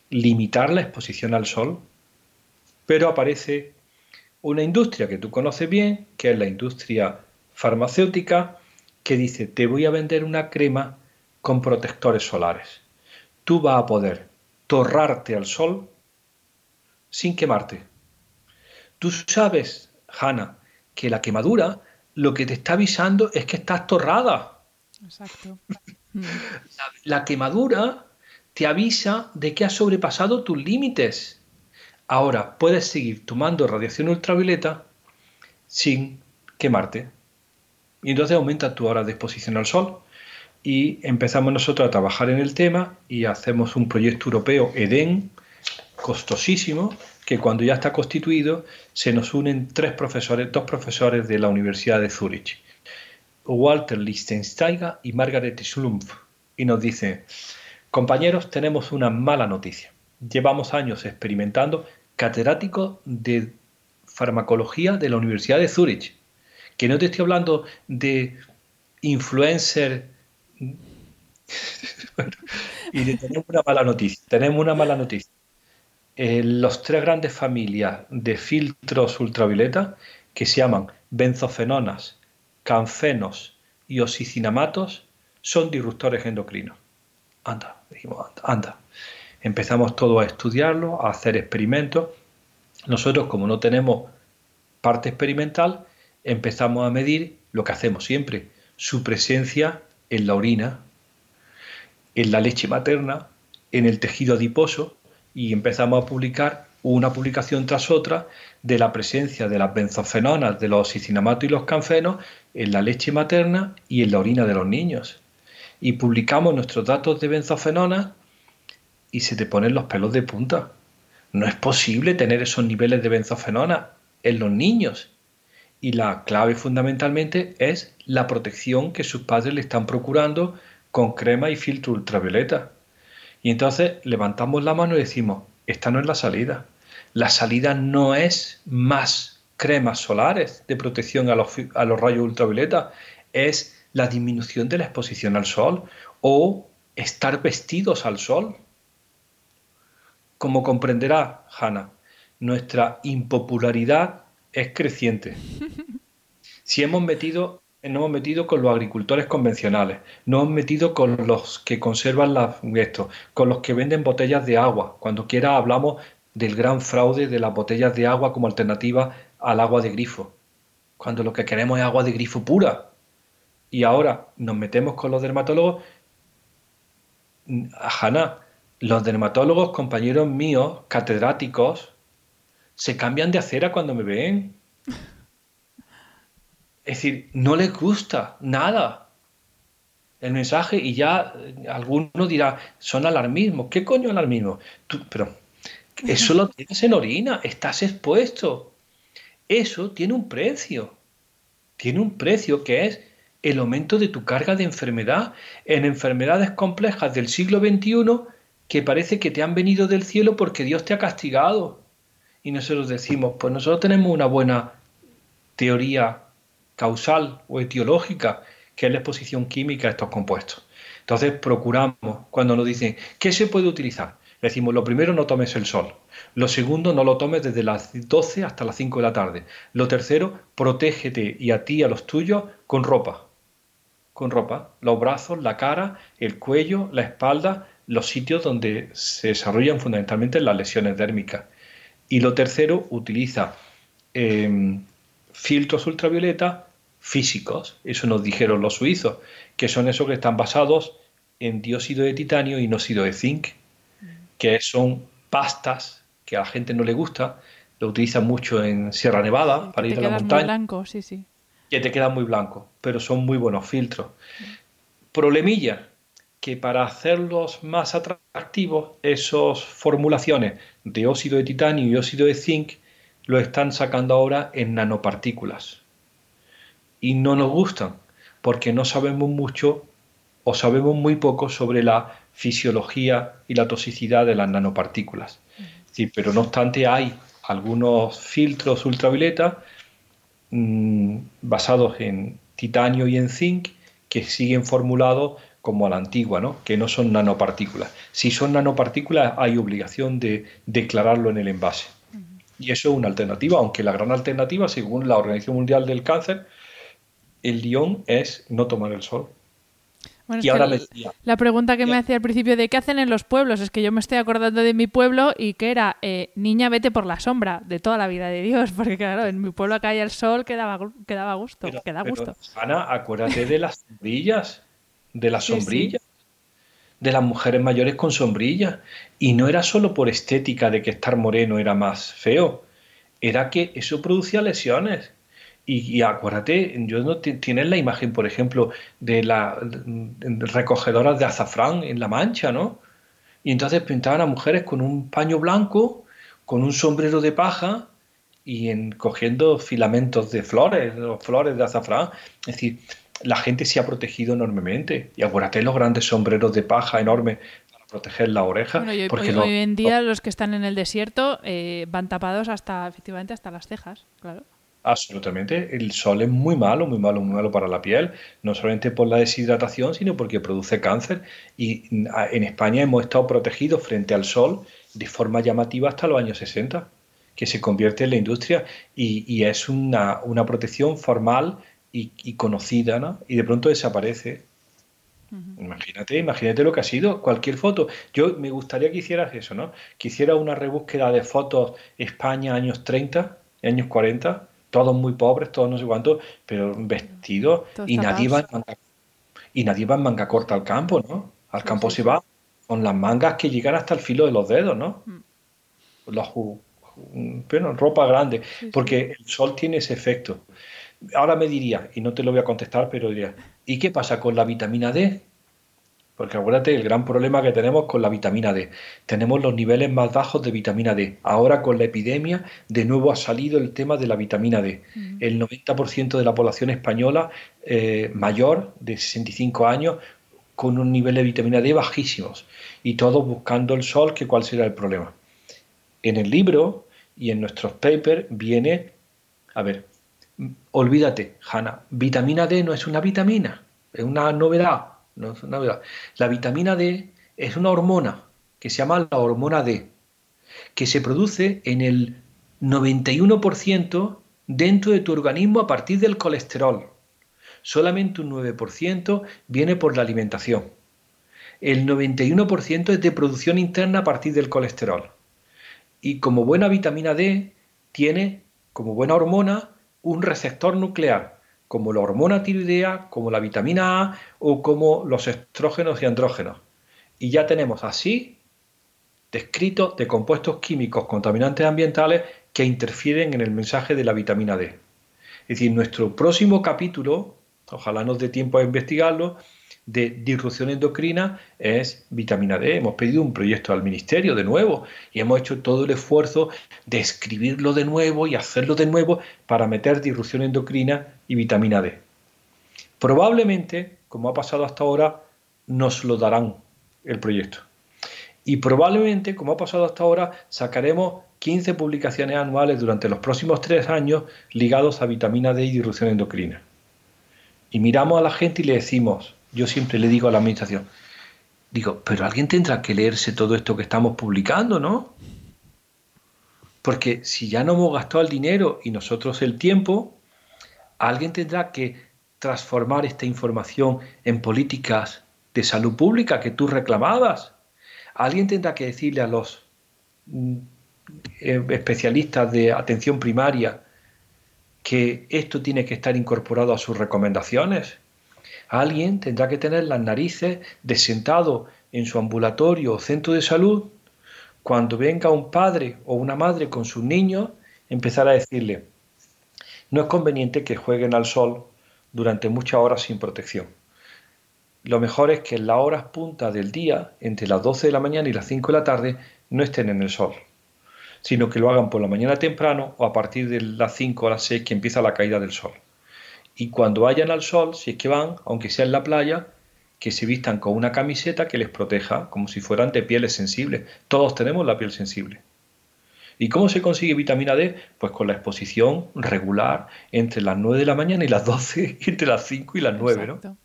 limitar la exposición al sol, pero aparece una industria que tú conoces bien, que es la industria farmacéutica, que dice, te voy a vender una crema con protectores solares. Tú vas a poder torrarte al sol sin quemarte. Tú sabes, Hanna, que la quemadura lo que te está avisando es que estás torrada.
Exacto.
La, la quemadura te avisa de que has sobrepasado tus límites. Ahora puedes seguir tomando radiación ultravioleta sin quemarte. Y entonces aumenta tu hora de exposición al sol. Y empezamos nosotros a trabajar en el tema y hacemos un proyecto europeo, EDEN, costosísimo, que cuando ya está constituido se nos unen tres profesores, dos profesores de la Universidad de Zúrich, Walter Lichtensteiger y Margaret Schlumpf, y nos dicen, compañeros, tenemos una mala noticia. Llevamos años experimentando, catedráticos de farmacología de la Universidad de Zúrich, que no te estoy hablando de influencer. Bueno, y tenemos una mala noticia. Tenemos una mala noticia. Eh, los tres grandes familias de filtros ultravioleta que se llaman benzofenonas, canfenos y oxicinamatos son disruptores endocrinos. Anda, dijimos, anda, anda. Empezamos todo a estudiarlo, a hacer experimentos. Nosotros, como no tenemos parte experimental, empezamos a medir lo que hacemos siempre, su presencia en la orina, en la leche materna, en el tejido adiposo, y empezamos a publicar una publicación tras otra de la presencia de las benzofenonas, de los oxicinamatos y los canfenos en la leche materna y en la orina de los niños. Y publicamos nuestros datos de benzofenonas y se te ponen los pelos de punta. No es posible tener esos niveles de benzofenonas en los niños. Y la clave fundamentalmente es la protección que sus padres le están procurando con crema y filtro ultravioleta. Y entonces levantamos la mano y decimos, esta no es la salida. La salida no es más cremas solares de protección a los, a los rayos ultravioleta, es la disminución de la exposición al sol o estar vestidos al sol. Como comprenderá Hanna, nuestra impopularidad es creciente. Si hemos metido, nos hemos metido con los agricultores convencionales, nos hemos metido con los que conservan las, esto, con los que venden botellas de agua. Cuando quiera hablamos del gran fraude de las botellas de agua como alternativa al agua de grifo, cuando lo que queremos es agua de grifo pura. Y ahora nos metemos con los dermatólogos. Hanna, los dermatólogos, compañeros míos, catedráticos, se cambian de acera cuando me ven. Es decir, no les gusta nada el mensaje y ya alguno dirá, son alarmismos. ¿Qué coño alarmismo? Tú, pero eso lo tienes en orina, estás expuesto. Eso tiene un precio. Tiene un precio que es el aumento de tu carga de enfermedad en enfermedades complejas del siglo veintiuno que parece que te han venido del cielo porque Dios te ha castigado. Y nosotros decimos, pues nosotros tenemos una buena teoría causal o etiológica, que es la exposición química a estos compuestos. Entonces procuramos, cuando nos dicen, ¿qué se puede utilizar? Le decimos, lo primero, no tomes el sol. Lo segundo, no lo tomes desde las doce hasta las cinco de la tarde. Lo tercero, protégete y a ti y a los tuyos con ropa. Con ropa. Los brazos, la cara, el cuello, la espalda, los sitios donde se desarrollan fundamentalmente las lesiones dérmicas. Y lo tercero, utiliza eh, filtros ultravioleta físicos, eso nos dijeron los suizos, que son esos que están basados en dióxido de titanio y nóxido de zinc, que son pastas que a la gente no le gusta, lo utilizan mucho en Sierra Nevada, sí, para ir a la montaña. Muy
blanco, sí, sí.
Que te quedan muy blancos, pero son muy buenos filtros. Problemilla, que para hacerlos más atractivos, esas formulaciones de óxido de titanio y óxido de zinc lo están sacando ahora en nanopartículas. Y no nos gustan, porque no sabemos mucho o sabemos muy poco sobre la fisiología y la toxicidad de las nanopartículas. Sí, pero no obstante hay algunos filtros ultravioleta mmm, basados en titanio y en zinc que siguen formulados como a la antigua, ¿no? Que no son nanopartículas. Si son nanopartículas, hay obligación de declararlo en el envase. Y eso es una alternativa, aunque la gran alternativa, según la Organización Mundial del Cáncer, el guión es no tomar el sol.
Bueno,
y
es
ahora
que
me decía,
la pregunta que
ya,
me hacía al principio de qué hacen en los pueblos, es que yo me estoy acordando de mi pueblo y que era, eh, niña, vete por la sombra, de toda la vida de Dios, porque claro, en mi pueblo caía el sol, quedaba, quedaba gusto,
pero,
queda
pero,
gusto.
Ana, acuérdate de las sombrillas, de las
Sí, sí.
sombrillas, de las mujeres mayores con sombrillas. Y no era solo por estética de que estar moreno era más feo, era que eso producía lesiones. Y, y acuérdate, yo no ti- tienes la imagen, por ejemplo, de las recogedoras de azafrán en La Mancha, ¿no? Y entonces pintaban a mujeres con un paño blanco, con un sombrero de paja y en, cogiendo filamentos de flores o flores de azafrán. Es decir, la gente se ha protegido enormemente. Y acuérdate los grandes sombreros de paja enormes para proteger la oreja,
Bueno, y hoy, hoy-
porque
hoy
los,
en
los-
día los que están en el desierto eh, van tapados hasta, efectivamente, hasta las cejas, claro.
absolutamente, el sol es muy malo, muy malo, muy malo para la piel, no solamente por la deshidratación, sino porque produce cáncer. Y a- en España hemos estado protegidos frente al sol de forma llamativa hasta los años sesenta, que se convierte en la industria y, y es una, una protección formal y, y conocida, ¿no? Y de pronto desaparece. Imagínate, imagínate lo que ha sido cualquier foto. Yo me gustaría que hicieras eso, ¿no? Que hicieras una rebúsqueda de fotos España años treinta, años cuarenta, todos muy pobres, todos no sé cuántos, pero vestidos
Todos
y nadie va
tapados.
en manga, y nadie va en manga corta al campo, ¿no? Al
Sí,
campo
sí,
se
sí.
va con las mangas que llegan hasta el filo de los dedos, ¿no?
Mm.
La ju- ju- bueno, ropa grande,
Sí, sí.
porque el sol tiene ese efecto. Ahora me diría, y no te lo voy a contestar, pero diría, ¿y qué pasa con la vitamina D? Porque acuérdate, el gran problema que tenemos con la vitamina D. Tenemos los niveles más bajos de vitamina D. Ahora con la epidemia, de nuevo ha salido el tema de la vitamina D.
Mm.
El noventa por ciento de la población española eh, mayor, de sesenta y cinco años, con un nivel de vitamina D bajísimos. Y todos buscando el sol, que cuál será el problema. En el libro y en nuestros papers viene, a ver, olvídate, Hanna, vitamina D no es una vitamina, es una novedad, no es una novedad. La vitamina D es una hormona que se llama la hormona D, que se produce en el noventa y uno por ciento dentro de tu organismo a partir del colesterol. Solamente un nueve por ciento viene por la alimentación. El noventa y uno por ciento es de producción interna a partir del colesterol. Y como buena vitamina D, tiene, como buena hormona, un receptor nuclear, como la hormona tiroidea, como la vitamina A o como los estrógenos y andrógenos. Y ya tenemos así descritos de compuestos químicos contaminantes ambientales que interfieren en el mensaje de la vitamina D. Es decir, nuestro próximo capítulo, ojalá nos dé tiempo a investigarlo, de disrupción endocrina es vitamina D. Hemos pedido un proyecto al ministerio de nuevo y hemos hecho todo el esfuerzo de escribirlo de nuevo y hacerlo de nuevo para meter disrupción endocrina y vitamina D. Probablemente, como ha pasado hasta ahora, nos lo darán el proyecto. Y probablemente, como ha pasado hasta ahora, sacaremos quince publicaciones anuales durante los próximos tres años ligados a vitamina D y disrupción endocrina. Y miramos a la gente y le decimos, yo siempre le digo a la administración, digo, pero alguien tendrá que leerse todo esto que estamos publicando, ¿no? Porque si ya no hemos gastado el dinero y nosotros el tiempo, alguien tendrá que transformar esta información en políticas de salud pública que tú reclamabas. Alguien tendrá que decirle a los mm, eh, especialistas de atención primaria que esto tiene que estar incorporado a sus recomendaciones. Alguien tendrá que tener las narices de sentado en su ambulatorio o centro de salud cuando venga un padre o una madre con sus niños, empezar a decirle, no es conveniente que jueguen al sol durante muchas horas sin protección. Lo mejor es que en las horas puntas del día, entre las doce de la mañana y las cinco de la tarde, no estén en el sol, sino que lo hagan por la mañana temprano o a partir de las cinco o las seis que empieza la caída del sol. Y cuando vayan al sol, si es que van, aunque sea en la playa, que se vistan con una camiseta que les proteja, como si fueran de pieles sensibles. Todos tenemos la piel sensible. ¿Y cómo se consigue vitamina D? Pues con la exposición regular entre las nueve de la mañana y las doce, y entre las cinco y las nueve, ¿no?
Exacto.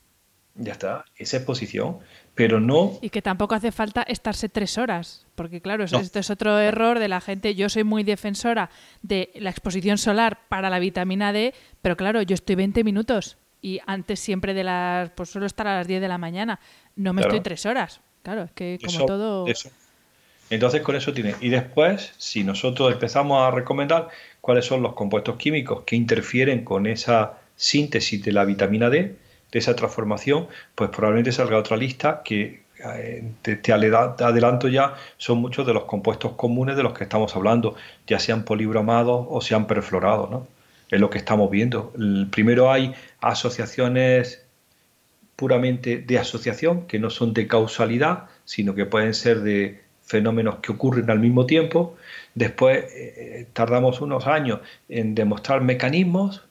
Ya está, esa exposición, pero no,
Y que tampoco hace falta estarse tres horas, porque claro,
no,
esto es otro error de la gente. Yo soy muy defensora de la exposición solar para la vitamina D, pero claro, yo estoy veinte minutos y antes siempre de las, pues suelo estar a las diez de la mañana, no me estoy
claro,
tres horas. Claro, es que como
eso,
todo...
eso. Entonces con eso tiene. Y después, si nosotros empezamos a recomendar cuáles son los compuestos químicos que interfieren con esa síntesis de la vitamina D, de esa transformación, pues probablemente salga otra lista que eh, te, te adelanto ya, son muchos de los compuestos comunes de los que estamos hablando, ya sean polibromados o sean perfluorados, ¿no? Es lo que estamos viendo. El, primero hay asociaciones puramente de asociación, que no son de causalidad, sino que pueden ser de fenómenos que ocurren al mismo tiempo. Después eh, tardamos unos años en demostrar mecanismos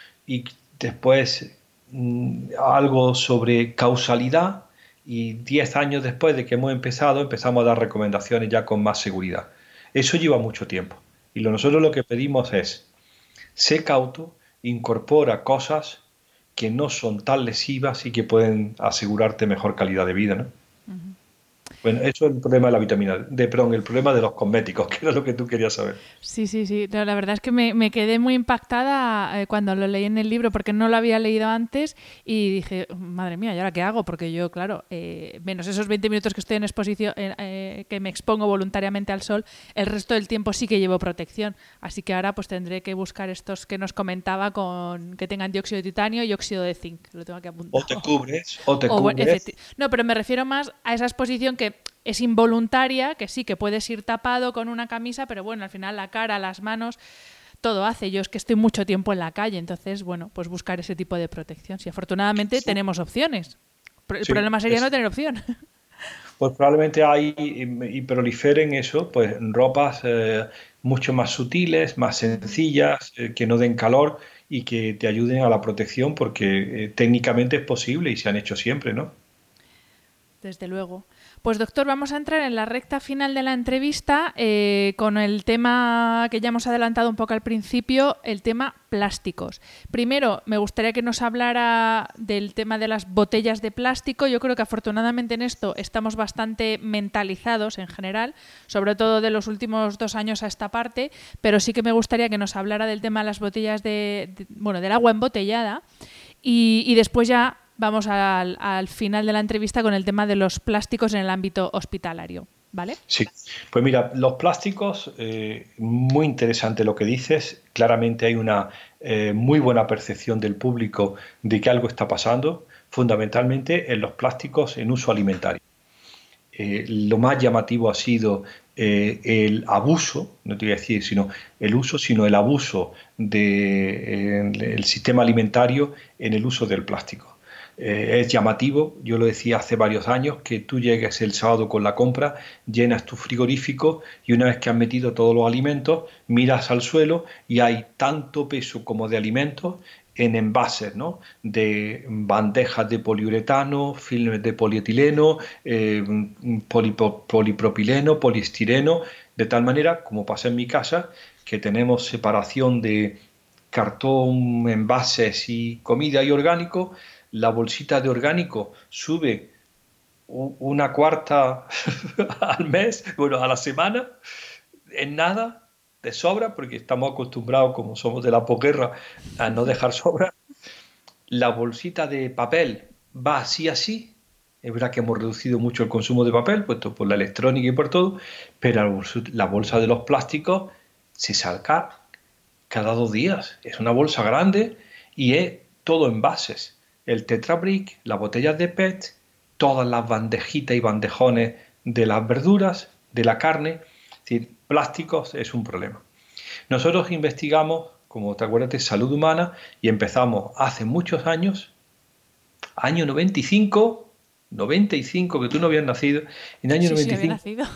y después mmm, algo sobre causalidad, y diez años después de que hemos empezado empezamos a dar recomendaciones ya con más seguridad. Eso lleva mucho tiempo y lo, nosotros lo que pedimos es: sé cauto, incorpora cosas que no son tan lesivas y que pueden asegurarte mejor calidad de vida, ¿no?
Ujú.
Bueno, eso es el problema de la vitamina D, perdón, el problema de los cosméticos, que era lo que tú querías saber.
Sí, sí, sí. No, la verdad es que me, me quedé muy impactada eh, cuando lo leí en el libro porque no lo había leído antes y dije, madre mía, ¿y ahora qué hago? Porque yo, claro, eh, menos esos veinte minutos que estoy en exposición, eh, eh, que me expongo voluntariamente al sol, el resto del tiempo sí que llevo protección. Así que ahora pues tendré que buscar estos que nos comentaba con que tengan dióxido de titanio y óxido de zinc. Lo tengo aquí
O te
apuntado.
cubres, o te
O, bueno,
cubres.
efecti- no, pero me refiero más a esa exposición que es involuntaria, que sí, que puedes ir tapado con una camisa, pero bueno, al final la cara, las manos, todo hace. Yo es que estoy mucho tiempo en la calle, entonces, bueno, pues buscar ese tipo de protección. Si afortunadamente
Sí,
tenemos opciones. El
sí,
problema sería no
es,
tener opción.
pues probablemente hay y, y proliferen eso, pues ropas eh, mucho más sutiles, más sencillas, eh, que no den calor y que te ayuden a la protección, porque eh, técnicamente es posible y se han hecho siempre, ¿no?
Desde luego. Pues doctor, vamos a entrar en la recta final de la entrevista eh, con el tema que ya hemos adelantado un poco al principio, el tema plásticos. Primero, me gustaría que nos hablara del tema de las botellas de plástico. Yo creo que afortunadamente en esto estamos bastante mentalizados en general, sobre todo de los últimos dos años a esta parte, pero sí que me gustaría que nos hablara del tema de las botellas de, de bueno, del agua embotellada y, y después ya vamos al, al final de la entrevista con el tema de los plásticos en el ámbito hospitalario, ¿vale?
Sí, pues mira, los plásticos, eh, muy interesante lo que dices. Claramente hay una eh, muy buena percepción del público de que algo está pasando, fundamentalmente en los plásticos en uso alimentario. Eh, lo más llamativo ha sido eh, el abuso, no te voy a decir sino el uso, sino el abuso del sistema alimentario en el uso del plástico. Eh, es llamativo, yo lo decía hace varios años, que tú llegues el sábado con la compra, llenas tu frigorífico y una vez que has metido todos los alimentos, miras al suelo y hay tanto peso como de alimentos en envases, ¿no? De bandejas de poliuretano, filmes de polietileno, eh, polipo, polipropileno, poliestireno, de tal manera, como pasa en mi casa, que tenemos separación de cartón, envases y comida y orgánico. La bolsita de orgánico sube una cuarta al mes, bueno, a la semana, en nada, de sobra, porque estamos acostumbrados, como somos de la posguerra, a no dejar sobra. La bolsita de papel va así así. Es verdad que hemos reducido mucho el consumo de papel, puesto por la electrónica y por todo, pero la bolsa de los plásticos se saca cada dos días. Es una bolsa grande y es todo envases. El Tetra Brick, las botellas de P E T, todas las bandejitas y bandejones de las verduras, de la carne. Es decir, plásticos es un problema. Nosotros investigamos, como te acuerdas, de salud humana y empezamos hace muchos años, año noventa y cinco, noventa y cinco, que tú no habías nacido, en el año
Sí, sí, había
noventa y cinco.
nacido.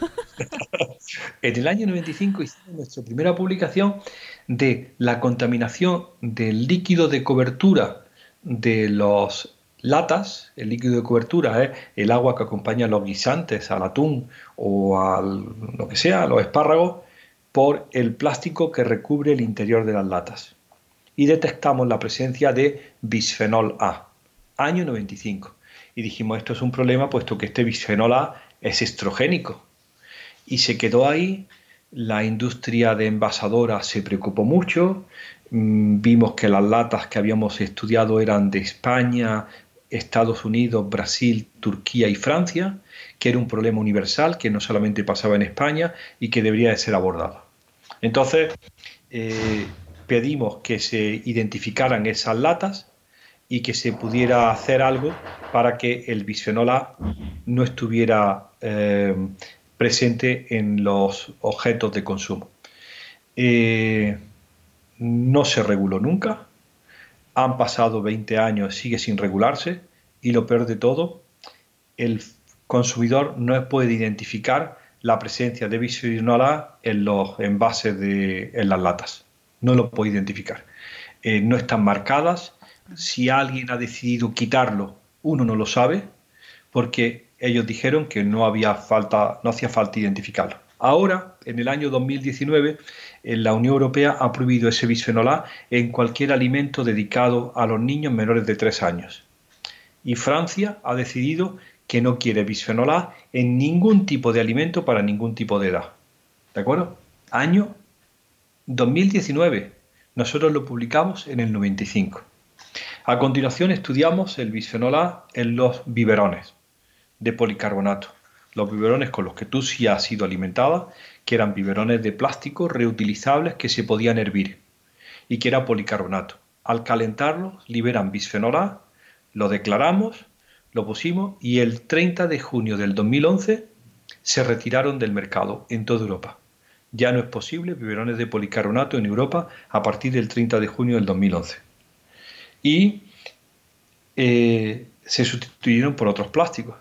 En el año noventa y cinco hicimos nuestra primera publicación de la contaminación del líquido de cobertura de los latas. El líquido de cobertura es el agua que acompaña a los guisantes, al atún o a lo que sea, a los espárragos, por el plástico que recubre el interior de las latas. Y detectamos la presencia de bisfenol A, año noventa y cinco. Y dijimos, esto es un problema puesto que este bisfenol A es estrogénico. Y se quedó ahí, la industria de envasadoras se preocupó mucho, vimos que las latas que habíamos estudiado eran de España, Estados Unidos, Brasil, Turquía y Francia, que era un problema universal, que no solamente pasaba en España y que debería de ser abordado. Entonces, eh, pedimos que se identificaran esas latas y que se pudiera hacer algo para que el bisfenol A no estuviera eh, presente en los objetos de consumo. Eh, no se reguló nunca, han pasado veinte años, sigue sin regularse y lo peor de todo, el consumidor no puede identificar la presencia de bisfenol A en los envases de en las latas. No lo puede identificar. Eh, no están marcadas. Si alguien ha decidido quitarlo, uno no lo sabe, porque ellos dijeron que no había falta, no hacía falta identificarlo. Ahora, en el año dos mil diecinueve, la Unión Europea ha prohibido ese bisfenol A en cualquier alimento dedicado a los niños menores de tres años. Y Francia ha decidido que no quiere bisfenol A en ningún tipo de alimento para ningún tipo de edad. ¿De acuerdo? Año dos mil diecinueve. Nosotros lo publicamos en el noventa y cinco. A continuación estudiamos el bisfenol A en los biberones de policarbonato. Los biberones con los que tú sí has sido alimentada, que eran biberones de plástico reutilizables que se podían hervir y que era policarbonato. Al calentarlos liberan bisfenol A, lo declaramos, lo pusimos y el treinta de junio del dos mil once se retiraron del mercado en toda Europa. Ya no es posible biberones de policarbonato en Europa a partir del treinta de junio del dos mil once. Y eh, se sustituyeron por otros plásticos,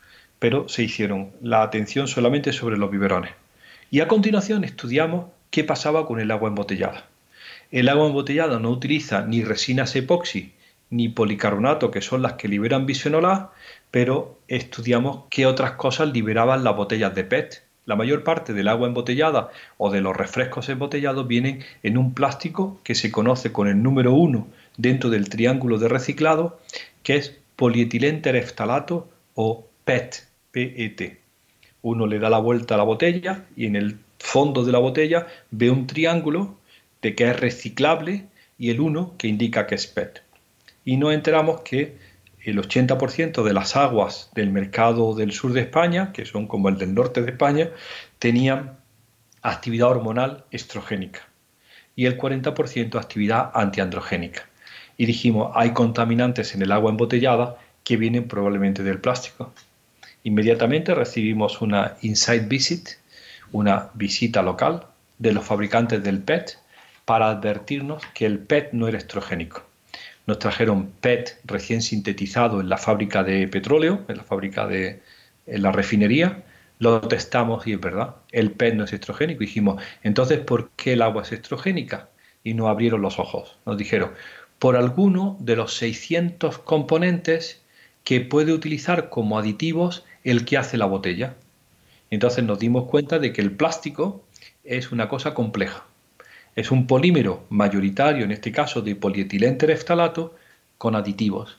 pero se hicieron la atención solamente sobre los biberones. Y a continuación estudiamos qué pasaba con el agua embotellada. El agua embotellada no utiliza ni resinas epoxi ni policarbonato, que son las que liberan bisfenol A, pero estudiamos qué otras cosas liberaban las botellas de P E T. La mayor parte del agua embotellada o de los refrescos embotellados vienen en un plástico que se conoce con el número uno dentro del triángulo de reciclado, que es polietilén-tereftalato o P E T, P E T. Uno le da la vuelta a la botella y en el fondo de la botella ve un triángulo de que es reciclable y el uno que indica que es P E T. Y nos enteramos que el ochenta por ciento de las aguas del mercado del sur de España, que son como el del norte de España, tenían actividad hormonal estrogénica y el cuarenta por ciento actividad antiandrogénica. Y dijimos, hay contaminantes en el agua embotellada que vienen probablemente del plástico. Inmediatamente recibimos una in-site visit, una visita local de los fabricantes del P E T para advertirnos que el P E T no era estrogénico. Nos trajeron P E T recién sintetizado en la fábrica de petróleo, en la fábrica de en la refinería, lo testamos y es verdad, el P E T no es estrogénico. Y dijimos, entonces, ¿por qué el agua es estrogénica? Y nos abrieron los ojos, nos dijeron, por alguno de los seiscientos componentes que puede utilizar como aditivos el que hace la botella. Y entonces nos dimos cuenta de que el plástico es una cosa compleja. Es un polímero mayoritario, en este caso de polietilén-tereftalato, con aditivos.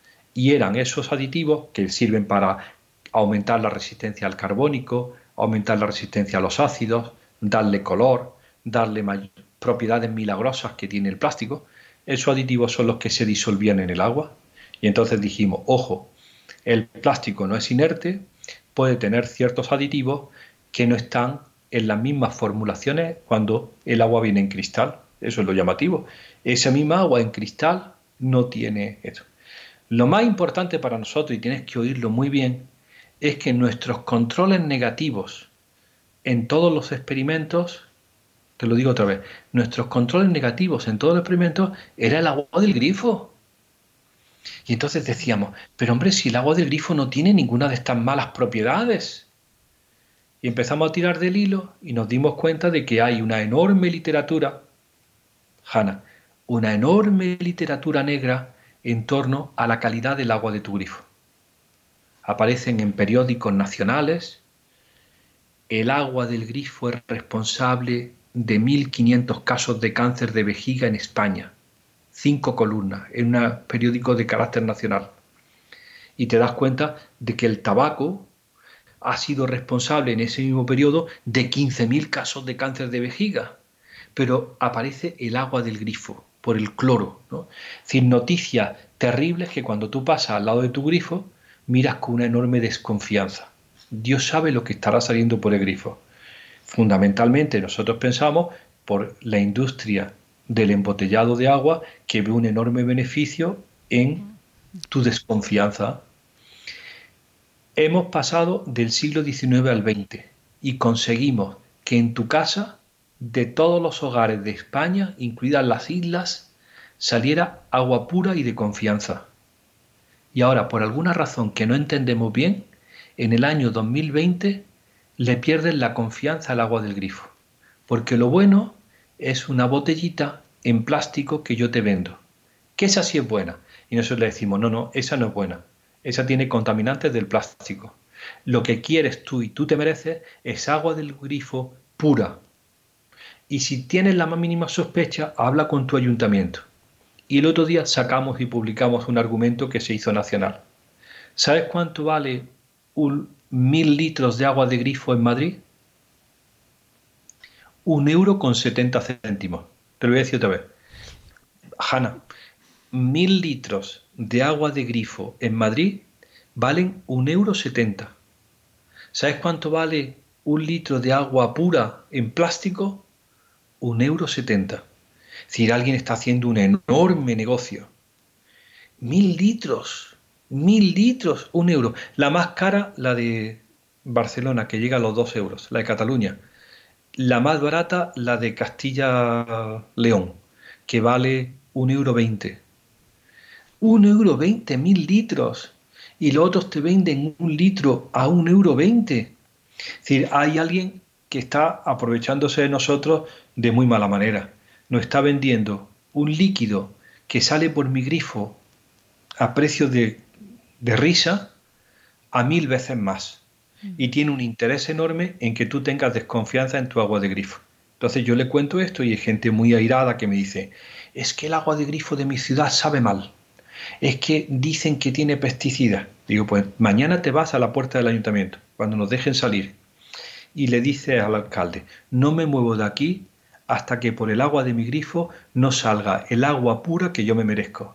Y eran esos aditivos que sirven para aumentar la resistencia al carbónico, aumentar la resistencia a los ácidos, darle color, darle propiedades milagrosas que tiene el plástico. Esos aditivos son los que se disolvían en el agua. Y entonces dijimos, ojo, el plástico no es inerte, puede tener ciertos aditivos que no están en las mismas formulaciones cuando el agua viene en cristal. Eso es lo llamativo. Esa misma agua en cristal no tiene eso. Lo más importante para nosotros, y tienes que oírlo muy bien, es que nuestros controles negativos en todos los experimentos, te lo digo otra vez, nuestros controles negativos en todos los experimentos era el agua del grifo. Y entonces decíamos, pero hombre, si el agua del grifo no tiene ninguna de estas malas propiedades. Y empezamos a tirar del hilo y nos dimos cuenta de que hay una enorme literatura, Hanna, una enorme literatura negra en torno a la calidad del agua de tu grifo. Aparecen en periódicos nacionales, el agua del grifo es responsable de mil quinientos casos de cáncer de vejiga en España. Cinco columnas en un periódico de carácter nacional. y te das cuenta de que el tabaco ha sido responsable en ese mismo periodo de quince mil casos de cáncer de vejiga, pero aparece el agua del grifo por el cloro, ¿no? Es decir, noticias terribles que cuando tú pasas al lado de tu grifo miras con una enorme desconfianza. Dios sabe lo que estará saliendo por el grifo. Fundamentalmente nosotros pensamos por la industria del embotellado de agua, que ve un enorme beneficio en tu desconfianza. Hemos pasado del siglo diecinueve al veinte y conseguimos que en tu casa, de todos los hogares de España, incluidas las islas, saliera agua pura y de confianza. Y ahora, por alguna razón que no entendemos bien, en el año dos mil veinte le pierden la confianza al agua del grifo. Porque lo bueno es una botellita en plástico que yo te vendo, que esa sí es buena. Y nosotros le decimos, no, no, esa no es buena. Esa tiene contaminantes del plástico. Lo que quieres tú y tú te mereces es agua del grifo pura. Y si tienes la más mínima sospecha, habla con tu ayuntamiento. Y el otro día sacamos y publicamos un argumento que se hizo nacional. ¿Sabes cuánto vale un mil litros de agua de grifo en Madrid? Un euro con setenta céntimos. Te lo voy a decir otra vez. Hanna, mil litros de agua de grifo en Madrid valen un euro setenta. ¿Sabes cuánto vale un litro de agua pura en plástico? Un euro setenta. Es decir, alguien está haciendo un enorme negocio. Mil litros, mil litros, un euro. La más cara, la de Barcelona, que llega a los dos euros, la de Cataluña. La más barata, la de Castilla-León, que vale un euro veinte. Un euro veinte, mil litros. Y los otros te venden un litro a un euro veinte. Es decir, hay alguien que está aprovechándose de nosotros de muy mala manera. Nos está vendiendo un líquido que sale por mi grifo a precio de, de risa a mil veces más. Y tiene un interés enorme en que tú tengas desconfianza en tu agua de grifo. Entonces yo le cuento esto y hay gente muy airada que me dice, es que el agua de grifo de mi ciudad sabe mal. Es que dicen que tiene pesticidas. Digo, pues mañana te vas a la puerta del ayuntamiento, cuando nos dejen salir, y le dices al alcalde, no me muevo de aquí hasta que por el agua de mi grifo no salga el agua pura que yo me merezco.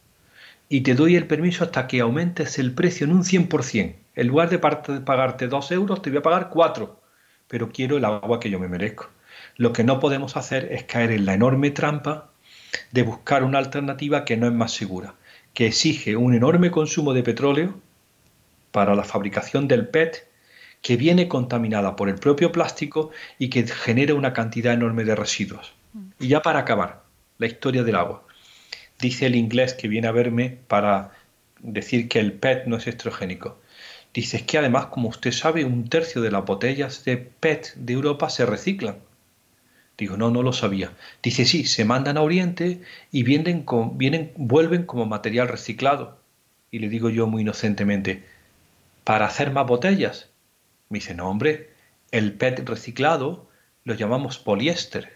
Y te doy el permiso hasta que aumentes el precio en un cien por ciento. En lugar de pagarte dos euros, te voy a pagar cuatro. Pero quiero el agua que yo me merezco. Lo que no podemos hacer es caer en la enorme trampa de buscar una alternativa que no es más segura, que exige un enorme consumo de petróleo para la fabricación del P E T, que viene contaminada por el propio plástico y que genera una cantidad enorme de residuos. Y ya para acabar, la historia del agua. Dice el inglés que viene a verme para decir que el P E T no es estrogénico. Dice, es que además, como usted sabe, un tercio de las botellas de P E T de Europa se reciclan. Digo, no, no lo sabía. Dice, sí, se mandan a Oriente y vienen, con, vienen, vuelven como material reciclado. Y le digo yo muy inocentemente, ¿para hacer más botellas? Me dice, no, hombre, el P E T reciclado lo llamamos poliéster.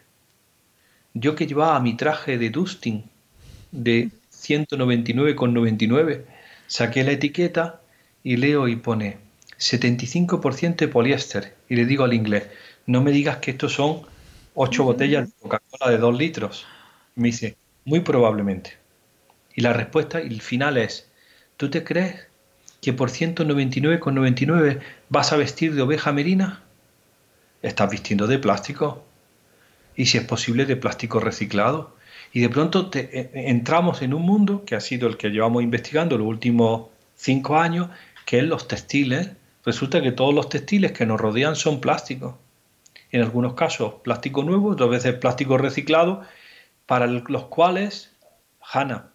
Yo que llevaba mi traje de dusting de ciento noventa y nueve con noventa y nueve, saqué la etiqueta y leo y pone setenta y cinco por ciento de poliéster. Y le digo al inglés, no me digas que estos son ocho botellas de Coca-Cola de dos litros. Me dice, muy probablemente. Y la respuesta y el final es, ¿tú te crees que por ciento noventa y nueve con noventa y nueve vas a vestir de oveja merina? Estás vistiendo de plástico. Y si es posible, de plástico reciclado. Y de pronto te, entramos en un mundo que ha sido el que llevamos investigando los últimos cinco años, que es los textiles. Resulta que todos los textiles que nos rodean son plásticos. En algunos casos plástico nuevo, otras veces plástico reciclado, para los cuales, Hanna,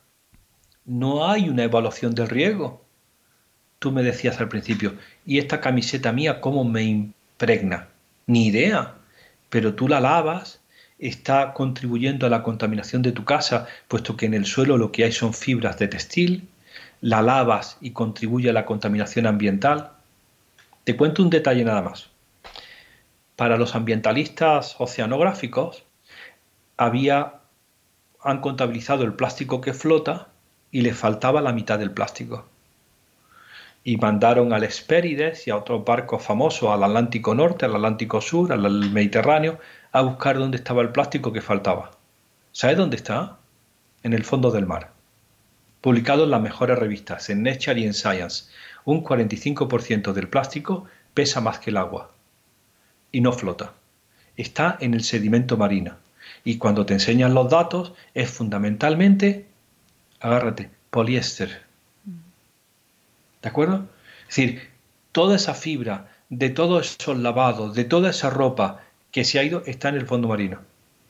no hay una evaluación del riesgo. Tú me decías al principio, ¿y esta camiseta mía cómo me impregna? Ni idea, pero tú la lavas, está contribuyendo a la contaminación de tu casa, puesto que en el suelo lo que hay son fibras de textil, la lavas y contribuye a la contaminación ambiental. Te cuento un detalle nada más. Para los ambientalistas oceanográficos, había, han contabilizado el plástico que flota y le faltaba la mitad del plástico. y mandaron al Hespérides y a otros barcos famosos al Atlántico Norte, al Atlántico Sur, al Mediterráneo, a buscar dónde estaba el plástico que faltaba. ¿Sabes dónde está? En el fondo del mar. Publicado en las mejores revistas, en Nature y en Science. Un cuarenta y cinco por ciento del plástico pesa más que el agua y no flota. Está en el sedimento marino. Y cuando te enseñan los datos, es fundamentalmente, agárrate, poliéster. ¿De acuerdo? Es decir, toda esa fibra, de todos esos lavados, de toda esa ropa que se ha ido, está en el fondo marino.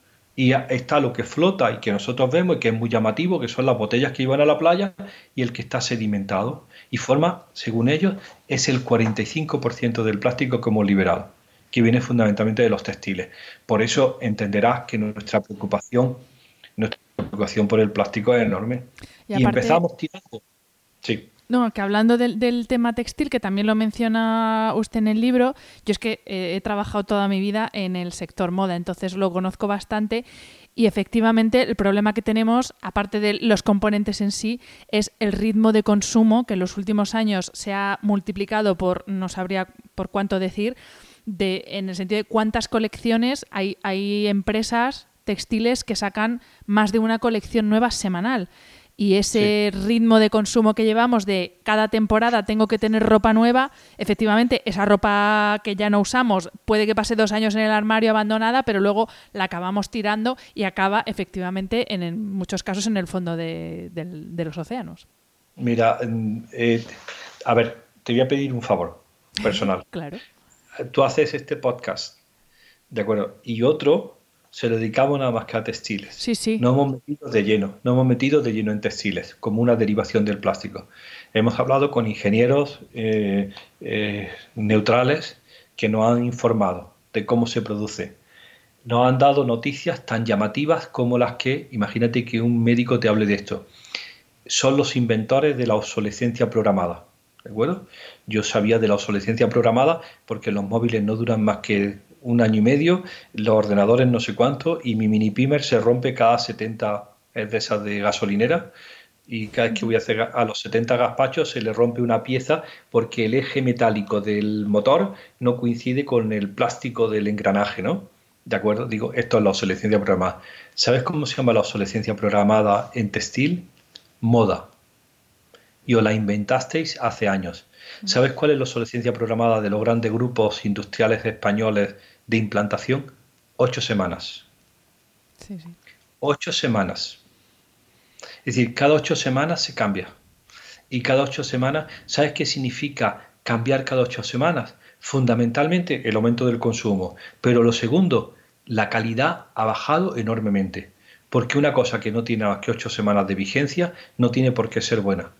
Y está lo que flota y que nosotros vemos y que es muy llamativo, que son las botellas que iban a la playa y el que está sedimentado. Y forma, según ellos, es el cuarenta y cinco por ciento del plástico que hemos liberado, que viene fundamentalmente de los textiles. Por eso entenderás que nuestra preocupación, nuestra preocupación por el plástico es enorme. Y, aparte, y empezamos tirando. Sí.
No, que hablando del, del tema textil, que también lo menciona usted en el libro, yo es que eh, he trabajado toda mi vida en el sector moda, entonces lo conozco bastante y efectivamente el problema que tenemos, aparte de los componentes en sí, es el ritmo de consumo que en los últimos años se ha multiplicado por, no sabría por cuánto decir, de, en el sentido de cuántas colecciones hay, hay empresas textiles que sacan más de una colección nueva semanal. Y ese sí. ritmo de consumo que llevamos de cada temporada tengo que tener ropa nueva, efectivamente esa ropa que ya no usamos puede que pase dos años en el armario abandonada, pero luego la acabamos tirando y acaba efectivamente en, en muchos casos en el fondo de, de, de los océanos.
Mira, eh, a ver, te voy a pedir un favor personal.
Claro.
Tú haces este podcast, ¿de acuerdo? Y otro... se lo dedicamos nada más que a textiles.
Sí, sí.
No hemos metido de lleno, no hemos metido de lleno en textiles, como una derivación del plástico. Hemos hablado con ingenieros eh, eh, neutrales que nos han informado de cómo se produce. Nos han dado noticias tan llamativas como las que, imagínate que un médico te hable de esto. Son los inventores de la obsolescencia programada. ¿De acuerdo? Yo sabía de la obsolescencia programada porque los móviles no duran más que un año y medio, los ordenadores no sé cuánto, y mi mini pimer se rompe cada setenta, es de esas de gasolinera, y cada vez que voy a hacer a los setenta gazpachos se le rompe una pieza porque el eje metálico del motor no coincide con el plástico del engranaje, ¿no? ¿De acuerdo? Digo, esto es la obsolescencia programada. ¿Sabes cómo se llama la obsolescencia programada en textil? Moda. Y os la inventasteis hace años. ¿Sabes cuál es la obsolescencia programada de los grandes grupos industriales españoles de implantación? Ocho semanas.
Sí, sí.
Ocho semanas. Es decir, cada ocho semanas se cambia. Y cada ocho semanas, ¿sabes qué significa cambiar cada ocho semanas? Fundamentalmente el aumento del consumo. Pero lo segundo, la calidad ha bajado enormemente. Porque una cosa que no tiene más que ocho semanas de vigencia no tiene por qué ser buena.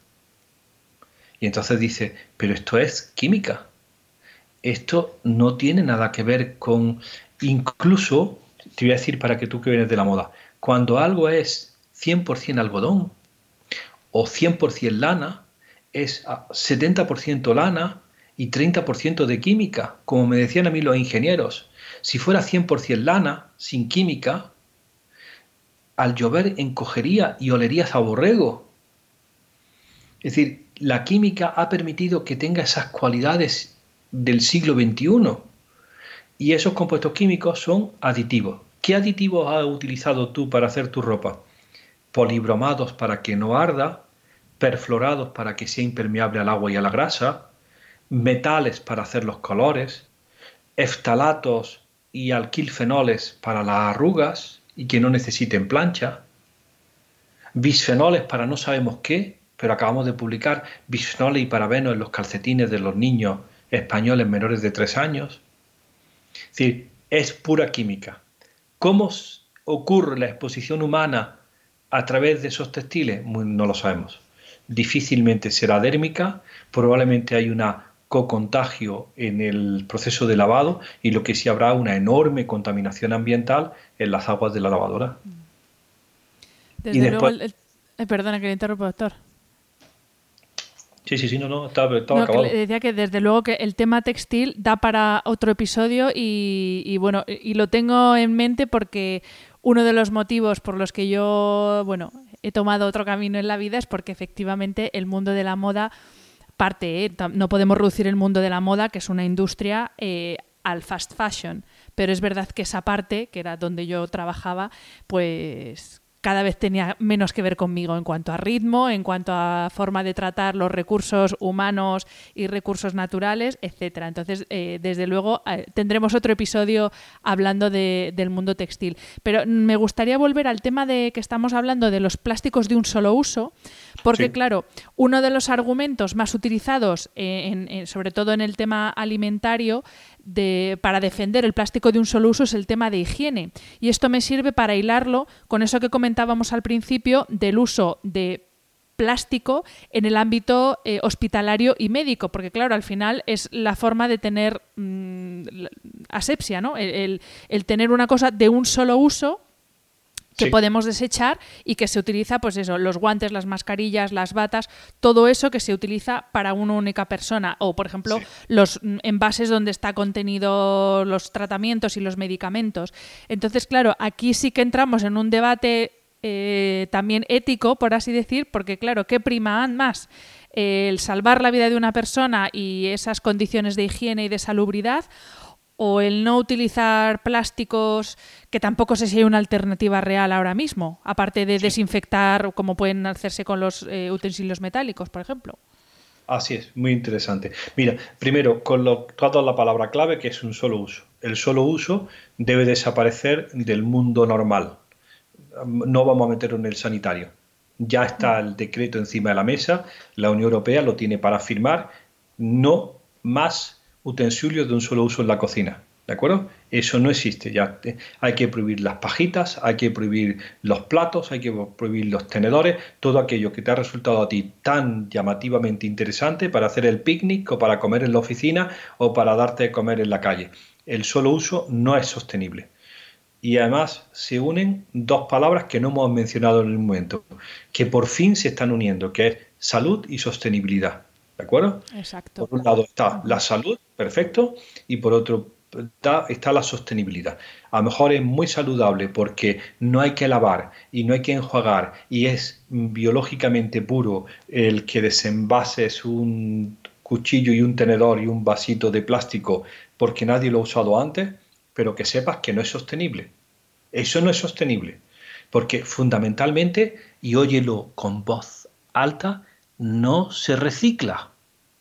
Y entonces dice, pero esto es química. Esto no tiene nada que ver con... Incluso, te voy a decir para que tú que vienes de la moda, cuando algo es cien por ciento algodón o cien por ciento lana, es setenta por ciento lana y treinta por ciento de química, como me decían a mí los ingenieros. Si fuera cien por ciento lana, sin química, al llover encogería y olerías a borrego. Es decir, la química ha permitido que tenga esas cualidades del siglo veintiuno y esos compuestos químicos son aditivos. ¿Qué aditivos has utilizado tú para hacer tu ropa? Polibromados para que no arda, perfluorados para que sea impermeable al agua y a la grasa, metales para hacer los colores, eftalatos y alquilfenoles para las arrugas y que no necesiten plancha, bisfenoles para no sabemos qué, pero acabamos de publicar bisfenoles y parabenos en los calcetines de los niños españoles menores de tres años. Es decir, es pura química. ¿Cómo ocurre la exposición humana a través de esos textiles? No lo sabemos. Difícilmente será dérmica, probablemente hay una co-contagio en el proceso de lavado y lo que sí habrá una enorme contaminación ambiental en las aguas de la lavadora.
Desde y después... luego, el, el, perdona que le interrumpa, doctor.
Sí, sí, sí, no, no, estaba, estaba
no,
acabado.
Que le decía que desde luego que el tema textil da para otro episodio y, y bueno, y lo tengo en mente porque uno de los motivos por los que yo, bueno, he tomado otro camino en la vida es porque efectivamente el mundo de la moda parte, ¿eh? No podemos reducir el mundo de la moda, que es una industria, eh, al fast fashion, pero es verdad que esa parte, que era donde yo trabajaba, pues cada vez tenía menos que ver conmigo en cuanto a ritmo, en cuanto a forma de tratar los recursos humanos y recursos naturales, etcétera. Entonces, eh, desde luego, eh, tendremos otro episodio hablando de, del mundo textil. Pero me gustaría volver al tema de que estamos hablando de los plásticos de un solo uso, porque, sí. claro, uno de los argumentos más utilizados, eh, en, en, sobre todo en el tema alimentario, de, para defender el plástico de un solo uso es el tema de higiene. Y esto me sirve para hilarlo con eso que comentábamos al principio del uso de plástico en el ámbito eh, hospitalario y médico, porque claro, al final es la forma de tener mmm, asepsia, ¿no? El, el, el tener una cosa de un solo uso que sí. podemos desechar y que se utiliza, pues eso, los guantes, las mascarillas, las batas, todo eso que se utiliza para una única persona. O, por ejemplo, sí. los envases donde está contenido los tratamientos y los medicamentos. Entonces, claro, aquí sí que entramos en un debate eh, también ético, por así decir, porque, claro, ¿qué prima más? El salvar la vida de una persona y esas condiciones de higiene y de salubridad, o el no utilizar plásticos, que tampoco sé si hay una alternativa real ahora mismo, aparte de sí. desinfectar, como pueden hacerse con los eh, utensilios metálicos, por ejemplo.
Así es, muy interesante. Mira, primero, con lo, tú has dado la palabra clave, que es un solo uso. El solo uso debe desaparecer del mundo normal. No vamos a meterlo en el sanitario. Ya está el decreto encima de la mesa, la Unión Europea lo tiene para firmar, no más utensilios de un solo uso en la cocina, ¿de acuerdo? Eso no existe ya. Hay que prohibir las pajitas, hay que prohibir los platos, hay que prohibir los tenedores, todo aquello que te ha resultado a ti tan llamativamente interesante para hacer el picnic o para comer en la oficina o para darte de comer en la calle. El solo uso no es sostenible. Y además se unen dos palabras que no hemos mencionado en el momento, que por fin se están uniendo, que es salud y sostenibilidad. ¿De acuerdo?
Exacto.
Por un lado está la salud, perfecto, y por otro está, está la sostenibilidad. A lo mejor es muy saludable porque no hay que lavar y no hay que enjuagar y es biológicamente puro el que desenvases un cuchillo y un tenedor y un vasito de plástico porque nadie lo ha usado antes, pero que sepas que no es sostenible. Eso no es sostenible, porque fundamentalmente, y óyelo con voz alta, no se recicla.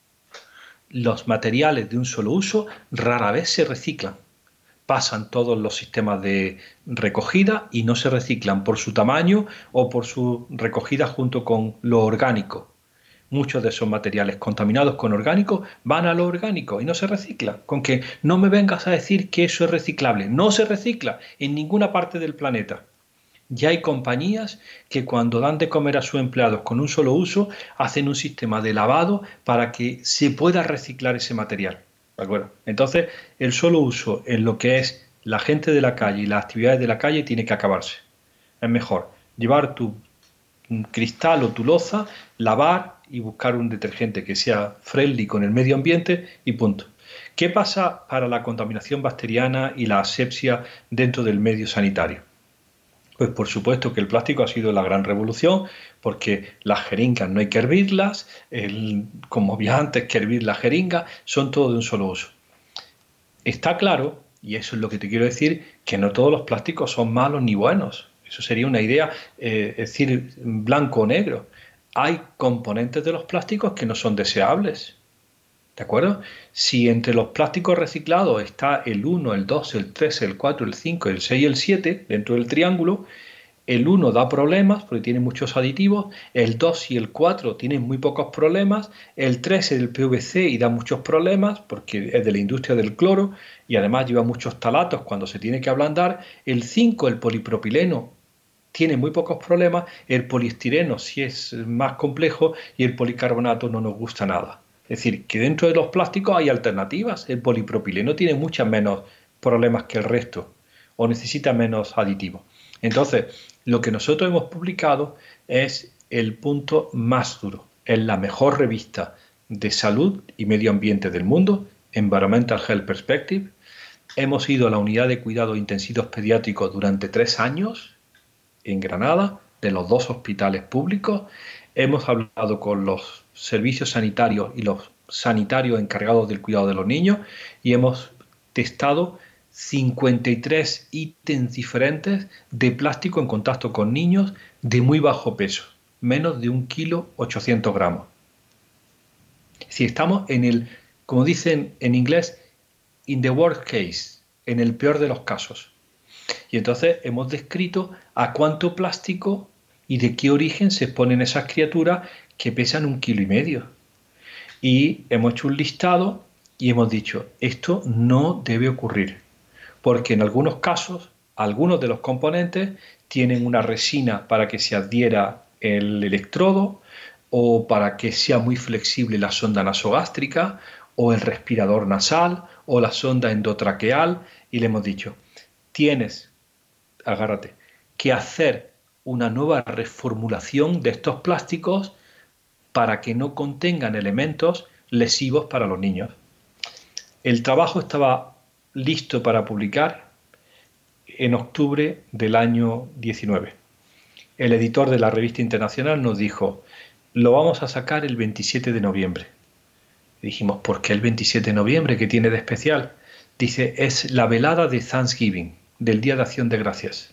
Los materiales de un solo uso rara vez se reciclan. Pasan todos los sistemas de recogida y no se reciclan por su tamaño o por su recogida junto con lo orgánico. Muchos de esos materiales contaminados con orgánicos van a lo orgánico y no se reciclan. Con que no me vengas a decir que eso es reciclable. No se recicla en ninguna parte del planeta. Ya hay compañías que cuando dan de comer a sus empleados con un solo uso, hacen un sistema de lavado para que se pueda reciclar ese material. ¿De acuerdo? Entonces, el solo uso en lo que es la gente de la calle y las actividades de la calle tiene que acabarse. Es mejor llevar tu cristal o tu loza, lavar y buscar un detergente que sea friendly con el medio ambiente y punto. ¿Qué pasa para la contaminación bacteriana y la asepsia dentro del medio sanitario? Pues por supuesto que el plástico ha sido la gran revolución, porque las jeringas no hay que hervirlas, el, como había antes que hervir la jeringa, son todo de un solo uso. Está claro, y eso es lo que te quiero decir, que no todos los plásticos son malos ni buenos. Eso sería una idea, eh, es decir, blanco o negro. Hay componentes de los plásticos que no son deseables. ¿De acuerdo? Si entre los plásticos reciclados está el uno, el dos, el tres, el cuatro, el cinco, el seis y el siete dentro del triángulo, el uno da problemas porque tiene muchos aditivos, el dos y el cuatro tienen muy pocos problemas, el tres es el P V C y da muchos problemas porque es de la industria del cloro y además lleva muchos talatos cuando se tiene que ablandar, el cinco, el polipropileno, tiene muy pocos problemas, el poliestireno sí es más complejo y el policarbonato no nos gusta nada. Es decir, que dentro de los plásticos hay alternativas. El polipropileno tiene muchos menos problemas que el resto o necesita menos aditivos. Entonces, lo que nosotros hemos publicado es el punto más duro. Es la mejor revista de salud y medio ambiente del mundo, Environmental Health Perspective. Hemos ido a la unidad de cuidados intensivos pediátricos durante tres años en Granada, de los dos hospitales públicos. hemos hablado con los servicios sanitarios y los sanitarios encargados del cuidado de los niños y hemos testado cincuenta y tres ítems diferentes de plástico en contacto con niños de muy bajo peso, menos de un kilo ochocientos gramos. Si estamos en el, como dicen en inglés, in the worst case, en el peor de los casos. Y entonces hemos descrito a cuánto plástico y de qué origen se exponen esas criaturas que pesan un kilo y medio. Y hemos hecho un listado y hemos dicho, esto no debe ocurrir, porque en algunos casos, algunos de los componentes tienen una resina para que se adhiera el electrodo o para que sea muy flexible la sonda nasogástrica o el respirador nasal o la sonda endotraqueal, y le hemos dicho, tienes, agárrate, que hacer una nueva reformulación de estos plásticos para que no contengan elementos lesivos para los niños. El trabajo estaba listo para publicar en octubre del año diecinueve. El editor de la revista internacional nos dijo, lo vamos a sacar el veintisiete de noviembre. Y dijimos, ¿por qué el veintisiete de noviembre? ¿Qué tiene de especial? Dice, es la velada de Thanksgiving, del Día de Acción de Gracias.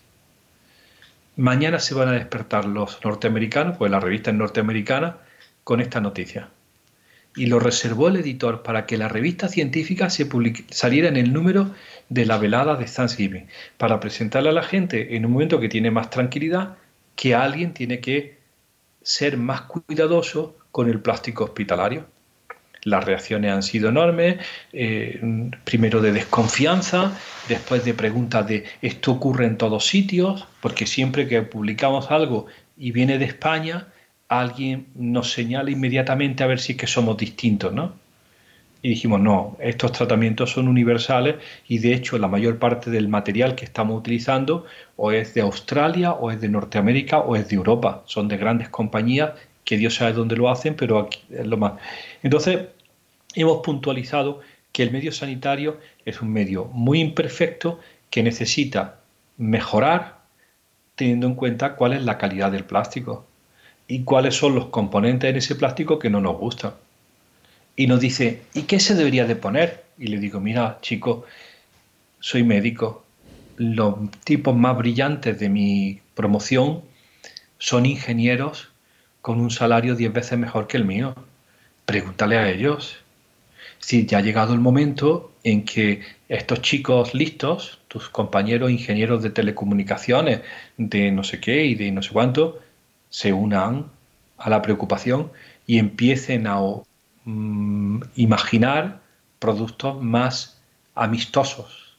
Mañana se van a despertar los norteamericanos, pues la revista es norteamericana, con esta noticia. Y lo reservó el editor para que la revista científica se saliera en el número de la velada de Thanksgiving, para presentarle a la gente en un momento que tiene más tranquilidad que alguien tiene que ser más cuidadoso con el plástico hospitalario. Las reacciones han sido enormes, eh, primero de desconfianza, después de preguntas de ¿esto ocurre en todos sitios? Porque siempre que publicamos algo y viene de España, alguien nos señala inmediatamente a ver si es que somos distintos, ¿no? Y dijimos, no, estos tratamientos son universales y de hecho la mayor parte del material que estamos utilizando o es de Australia o es de Norteamérica o es de Europa. Son de grandes compañías que Dios sabe dónde lo hacen, pero aquí es lo más. Entonces, hemos puntualizado que el medio sanitario es un medio muy imperfecto que necesita mejorar teniendo en cuenta cuál es la calidad del plástico y cuáles son los componentes en ese plástico que no nos gustan. Y nos dice, ¿y qué se debería de poner? Y le digo, mira, chico, soy médico. Los tipos más brillantes de mi promoción son ingenieros con un salario diez veces mejor que el mío. Pregúntale a ellos. Si ya ha llegado el momento en que estos chicos listos, tus compañeros ingenieros de telecomunicaciones, de no sé qué y de no sé cuánto, se unan a la preocupación y empiecen a mm, imaginar productos más amistosos.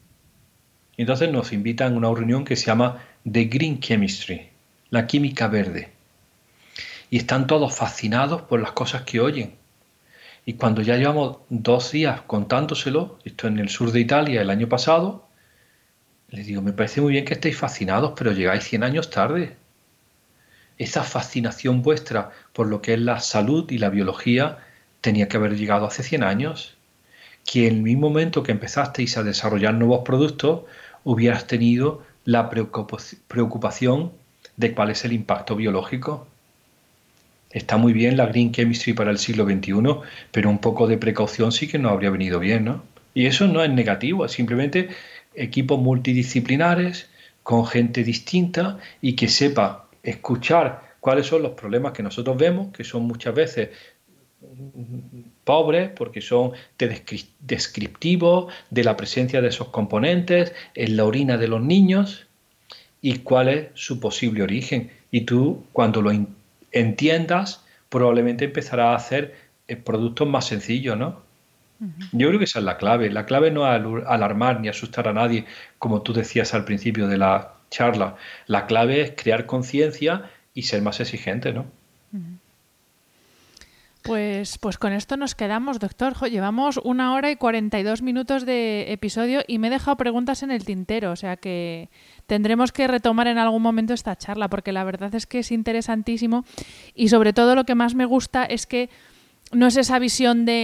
Y entonces nos invitan a una reunión que se llama The Green Chemistry, la química verde. Y están todos fascinados por las cosas que oyen. Y cuando ya llevamos dos días contándoselo, esto en el sur de Italia el año pasado, les digo, me parece muy bien que estéis fascinados, pero llegáis cien años tarde. Esa fascinación vuestra por lo que es la salud y la biología tenía que haber llegado hace cien años. Que en el mismo momento que empezasteis a desarrollar nuevos productos, hubieras tenido la preocupación de cuál es el impacto biológico. Está muy bien la Green Chemistry para el siglo veintiuno, pero un poco de precaución sí que nos habría venido bien, ¿no? Y eso no es negativo, es simplemente equipos multidisciplinares con gente distinta y que sepa escuchar cuáles son los problemas que nosotros vemos, que son muchas veces pobres porque son de descriptivos de la presencia de esos componentes en la orina de los niños y cuál es su posible origen. Y tú, cuando lo entiendas, probablemente empezarás a hacer productos más sencillos, ¿no? Uh-huh. Yo creo que esa es la clave. La clave no es alarmar ni asustar a nadie, como tú decías al principio de la charla. La clave es crear conciencia y ser más exigente, ¿no?
Uh-huh. Pues, pues con esto nos quedamos, doctor. Jo, llevamos una hora y cuarenta y dos minutos de episodio y me he dejado preguntas en el tintero, o sea que tendremos que retomar en algún momento esta charla porque la verdad es que es interesantísimo y sobre todo lo que más me gusta es que no es esa visión de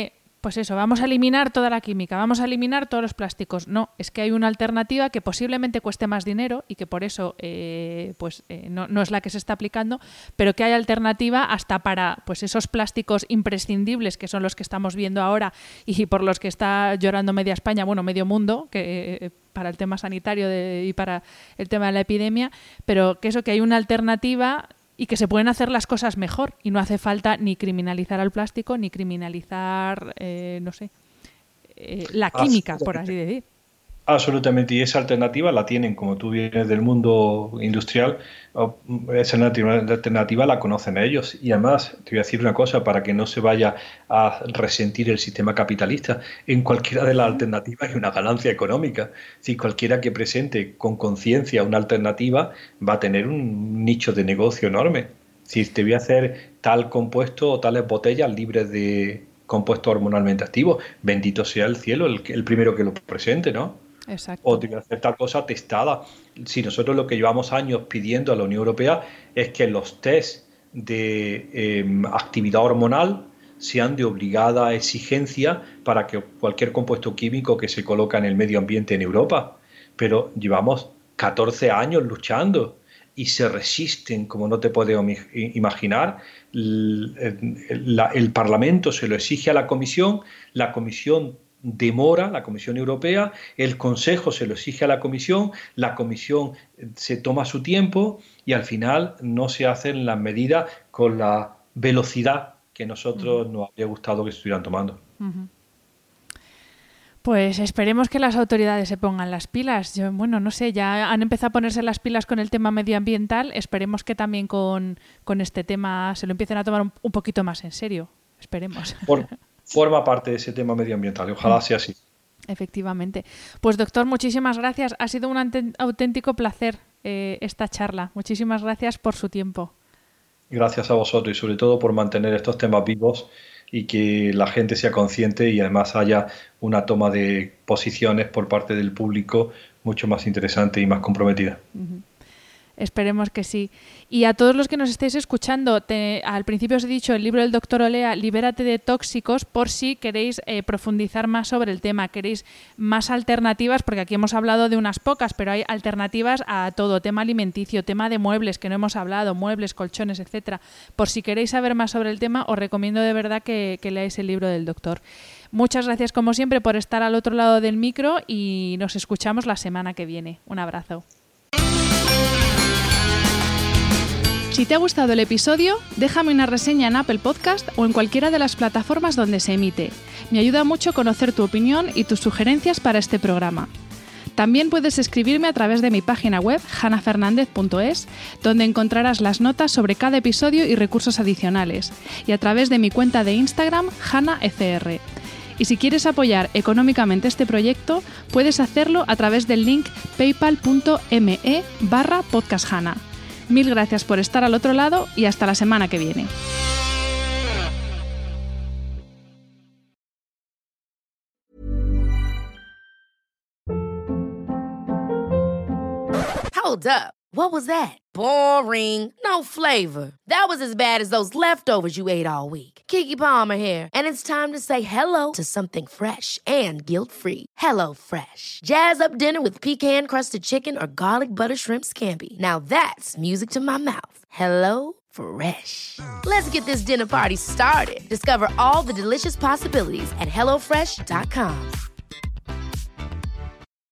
pues eso, vamos a eliminar toda la química, vamos a eliminar todos los plásticos. No, es que hay una alternativa que posiblemente cueste más dinero y que por eso eh, pues eh, no, no es la que se está aplicando, pero que hay alternativa hasta para pues esos plásticos imprescindibles que son los que estamos viendo ahora y por los que está llorando media España, bueno, medio mundo, que eh, para el tema sanitario de, y para el tema de la epidemia, pero que eso, que hay una alternativa y que se pueden hacer las cosas mejor y no hace falta ni criminalizar al plástico ni criminalizar, eh, no sé, eh, la química, por así decir.
Absolutamente, y esa alternativa la tienen, como tú vienes del mundo industrial, esa alternativa la conocen ellos. Y además, te voy a decir una cosa, para que no se vaya a resentir el sistema capitalista, en cualquiera de las alternativas hay una ganancia económica. Si cualquiera que presente con conciencia una alternativa va a tener un nicho de negocio enorme. Si te voy a hacer tal compuesto o tales botellas libres de compuestos hormonalmente activos, bendito sea el cielo, el, el primero que lo presente, ¿no?
Exacto.
O te voy a hacer tal cosa testada. Si nosotros lo que llevamos años pidiendo a la Unión Europea es que los test de eh, actividad hormonal sean de obligada exigencia para que cualquier compuesto químico que se coloca en el medio ambiente en Europa. Pero llevamos catorce años luchando y se resisten, como no te puedes imaginar. El, el, la, el Parlamento se lo exige a la Comisión, la Comisión demora, la Comisión Europea, el Consejo se lo exige a la Comisión, la Comisión se toma su tiempo y al final no se hacen las medidas con la velocidad que nosotros uh-huh. nos habría gustado que se estuvieran tomando.
Uh-huh. Pues esperemos que las autoridades se pongan las pilas. Yo, bueno, no sé, ya han empezado a ponerse las pilas con el tema medioambiental, esperemos que también con, con este tema se lo empiecen a tomar un, un poquito más en serio. Esperemos.
Por... Forma parte de ese tema medioambiental y ojalá sea así.
Efectivamente. Pues doctor, muchísimas gracias. Ha sido un auténtico placer eh, esta charla. Muchísimas gracias por su tiempo.
Gracias a vosotros y sobre todo por mantener estos temas vivos y que la gente sea consciente y además haya una toma de posiciones por parte del público mucho más interesante y más comprometida.
Uh-huh. Esperemos que sí. Y a todos los que nos estéis escuchando, te, al principio os he dicho el libro del doctor Olea, Libérate de tóxicos, por si queréis eh, profundizar más sobre el tema, queréis más alternativas, porque aquí hemos hablado de unas pocas, pero hay alternativas a todo, tema alimenticio, tema de muebles, que no hemos hablado, muebles, colchones, etcétera. Por si queréis saber más sobre el tema, os recomiendo de verdad que, que leáis el libro del doctor. Muchas gracias, como siempre, por estar al otro lado del micro y nos escuchamos la semana que viene. Un abrazo. Si te ha gustado el episodio, déjame una reseña en Apple Podcast o en cualquiera de las plataformas donde se emite. Me ayuda mucho conocer tu opinión y tus sugerencias para este programa. También puedes escribirme a través de mi página web, hanna fernandez punto es, donde encontrarás las notas sobre cada episodio y recursos adicionales, y a través de mi cuenta de Instagram, hannafr. Y si quieres apoyar económicamente este proyecto, puedes hacerlo a través del link paypal.me barra podcasthana. Mil gracias por estar al otro lado y hasta la semana que viene.
Hold up. What was that? Boring. No flavor. That was as bad as those leftovers you ate all week. Keke Palmer here, and it's time to say hello to something fresh and guilt-free. Hello Fresh. Jazz up dinner with pecan-crusted chicken or garlic butter shrimp scampi. Now that's music to my mouth. Hello Fresh. Let's get this dinner party started. Discover all the delicious possibilities at hello fresh dot com.